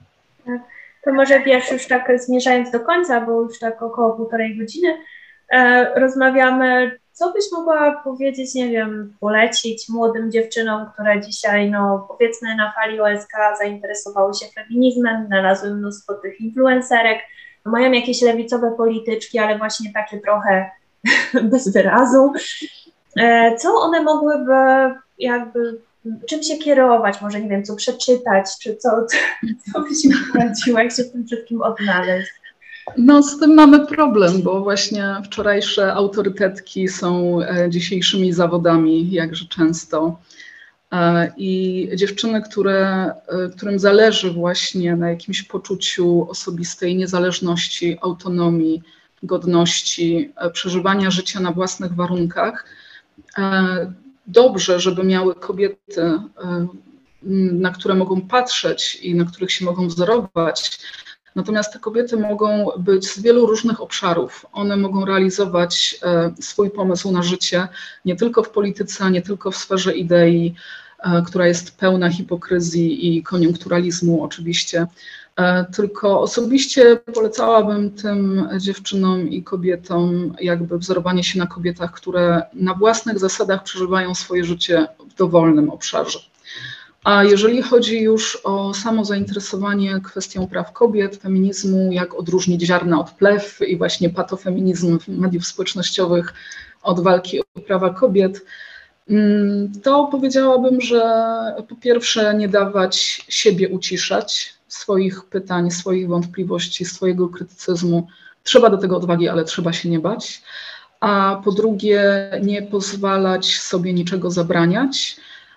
To może wiesz, już tak zmierzając do końca, bo już tak około półtorej godziny e, rozmawiamy, co byś mogła powiedzieć, nie wiem, polecić młodym dziewczynom, które dzisiaj, no powiedzmy na fali O S K zainteresowały się feminizmem, znalazły mnóstwo tych influencerek, mają jakieś lewicowe polityczki, ale właśnie takie trochę bez wyrazu. E, co one mogłyby jakby czym się kierować, może nie wiem, co przeczytać, czy co, co byś mi poradziła, jak się w tym wszystkim odnaleźć? No z tym mamy problem, bo właśnie wczorajsze autorytetki są dzisiejszymi zawodami, jakże często. I dziewczyny, które, którym zależy właśnie na jakimś poczuciu osobistej niezależności, autonomii, godności, przeżywania życia na własnych warunkach, dobrze, żeby miały kobiety, na które mogą patrzeć i na których się mogą wzorować. Natomiast te kobiety mogą być z wielu różnych obszarów. One mogą realizować swój pomysł na życie nie tylko w polityce, nie tylko w sferze idei, która jest pełna hipokryzji i koniunkturalizmu oczywiście, tylko osobiście polecałabym tym dziewczynom i kobietom jakby wzorowanie się na kobietach, które na własnych zasadach przeżywają swoje życie w dowolnym obszarze. A jeżeli chodzi już o samo zainteresowanie kwestią praw kobiet, feminizmu, jak odróżnić ziarna od plew i właśnie patofeminizm mediów społecznościowych od walki o prawa kobiet, to powiedziałabym, że po pierwsze nie dawać siebie uciszać, swoich pytań, swoich wątpliwości, swojego krytycyzmu. Trzeba do tego odwagi, ale trzeba się nie bać. A po drugie nie pozwalać sobie niczego zabraniać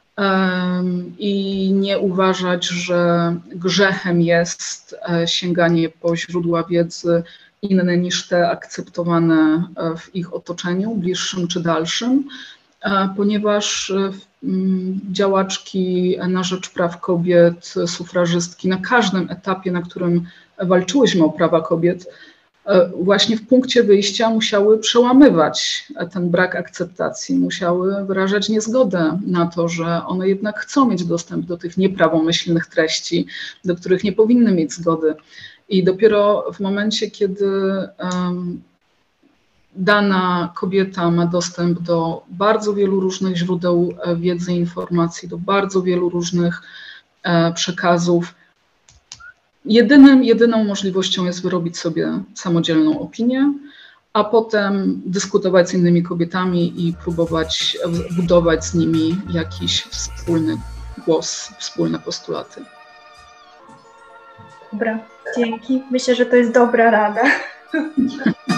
i nie uważać, że grzechem jest sięganie po źródła wiedzy inne niż te akceptowane w ich otoczeniu, bliższym czy dalszym, ponieważ działaczki na rzecz praw kobiet, sufrażystki na każdym etapie, na którym walczyłyśmy o prawa kobiet, właśnie w punkcie wyjścia musiały przełamywać ten brak akceptacji, musiały wyrażać niezgodę na to, że one jednak chcą mieć dostęp do tych nieprawomyślnych treści, do których nie powinny mieć zgody. I dopiero w momencie, kiedy um, dana kobieta ma dostęp do bardzo wielu różnych źródeł wiedzy i informacji, do bardzo wielu różnych e, przekazów, Jedynym, jedyną możliwością jest wyrobić sobie samodzielną opinię, a potem dyskutować z innymi kobietami i próbować budować z nimi jakiś wspólny głos, wspólne postulaty. Dobra, dzięki. Myślę, że to jest dobra rada.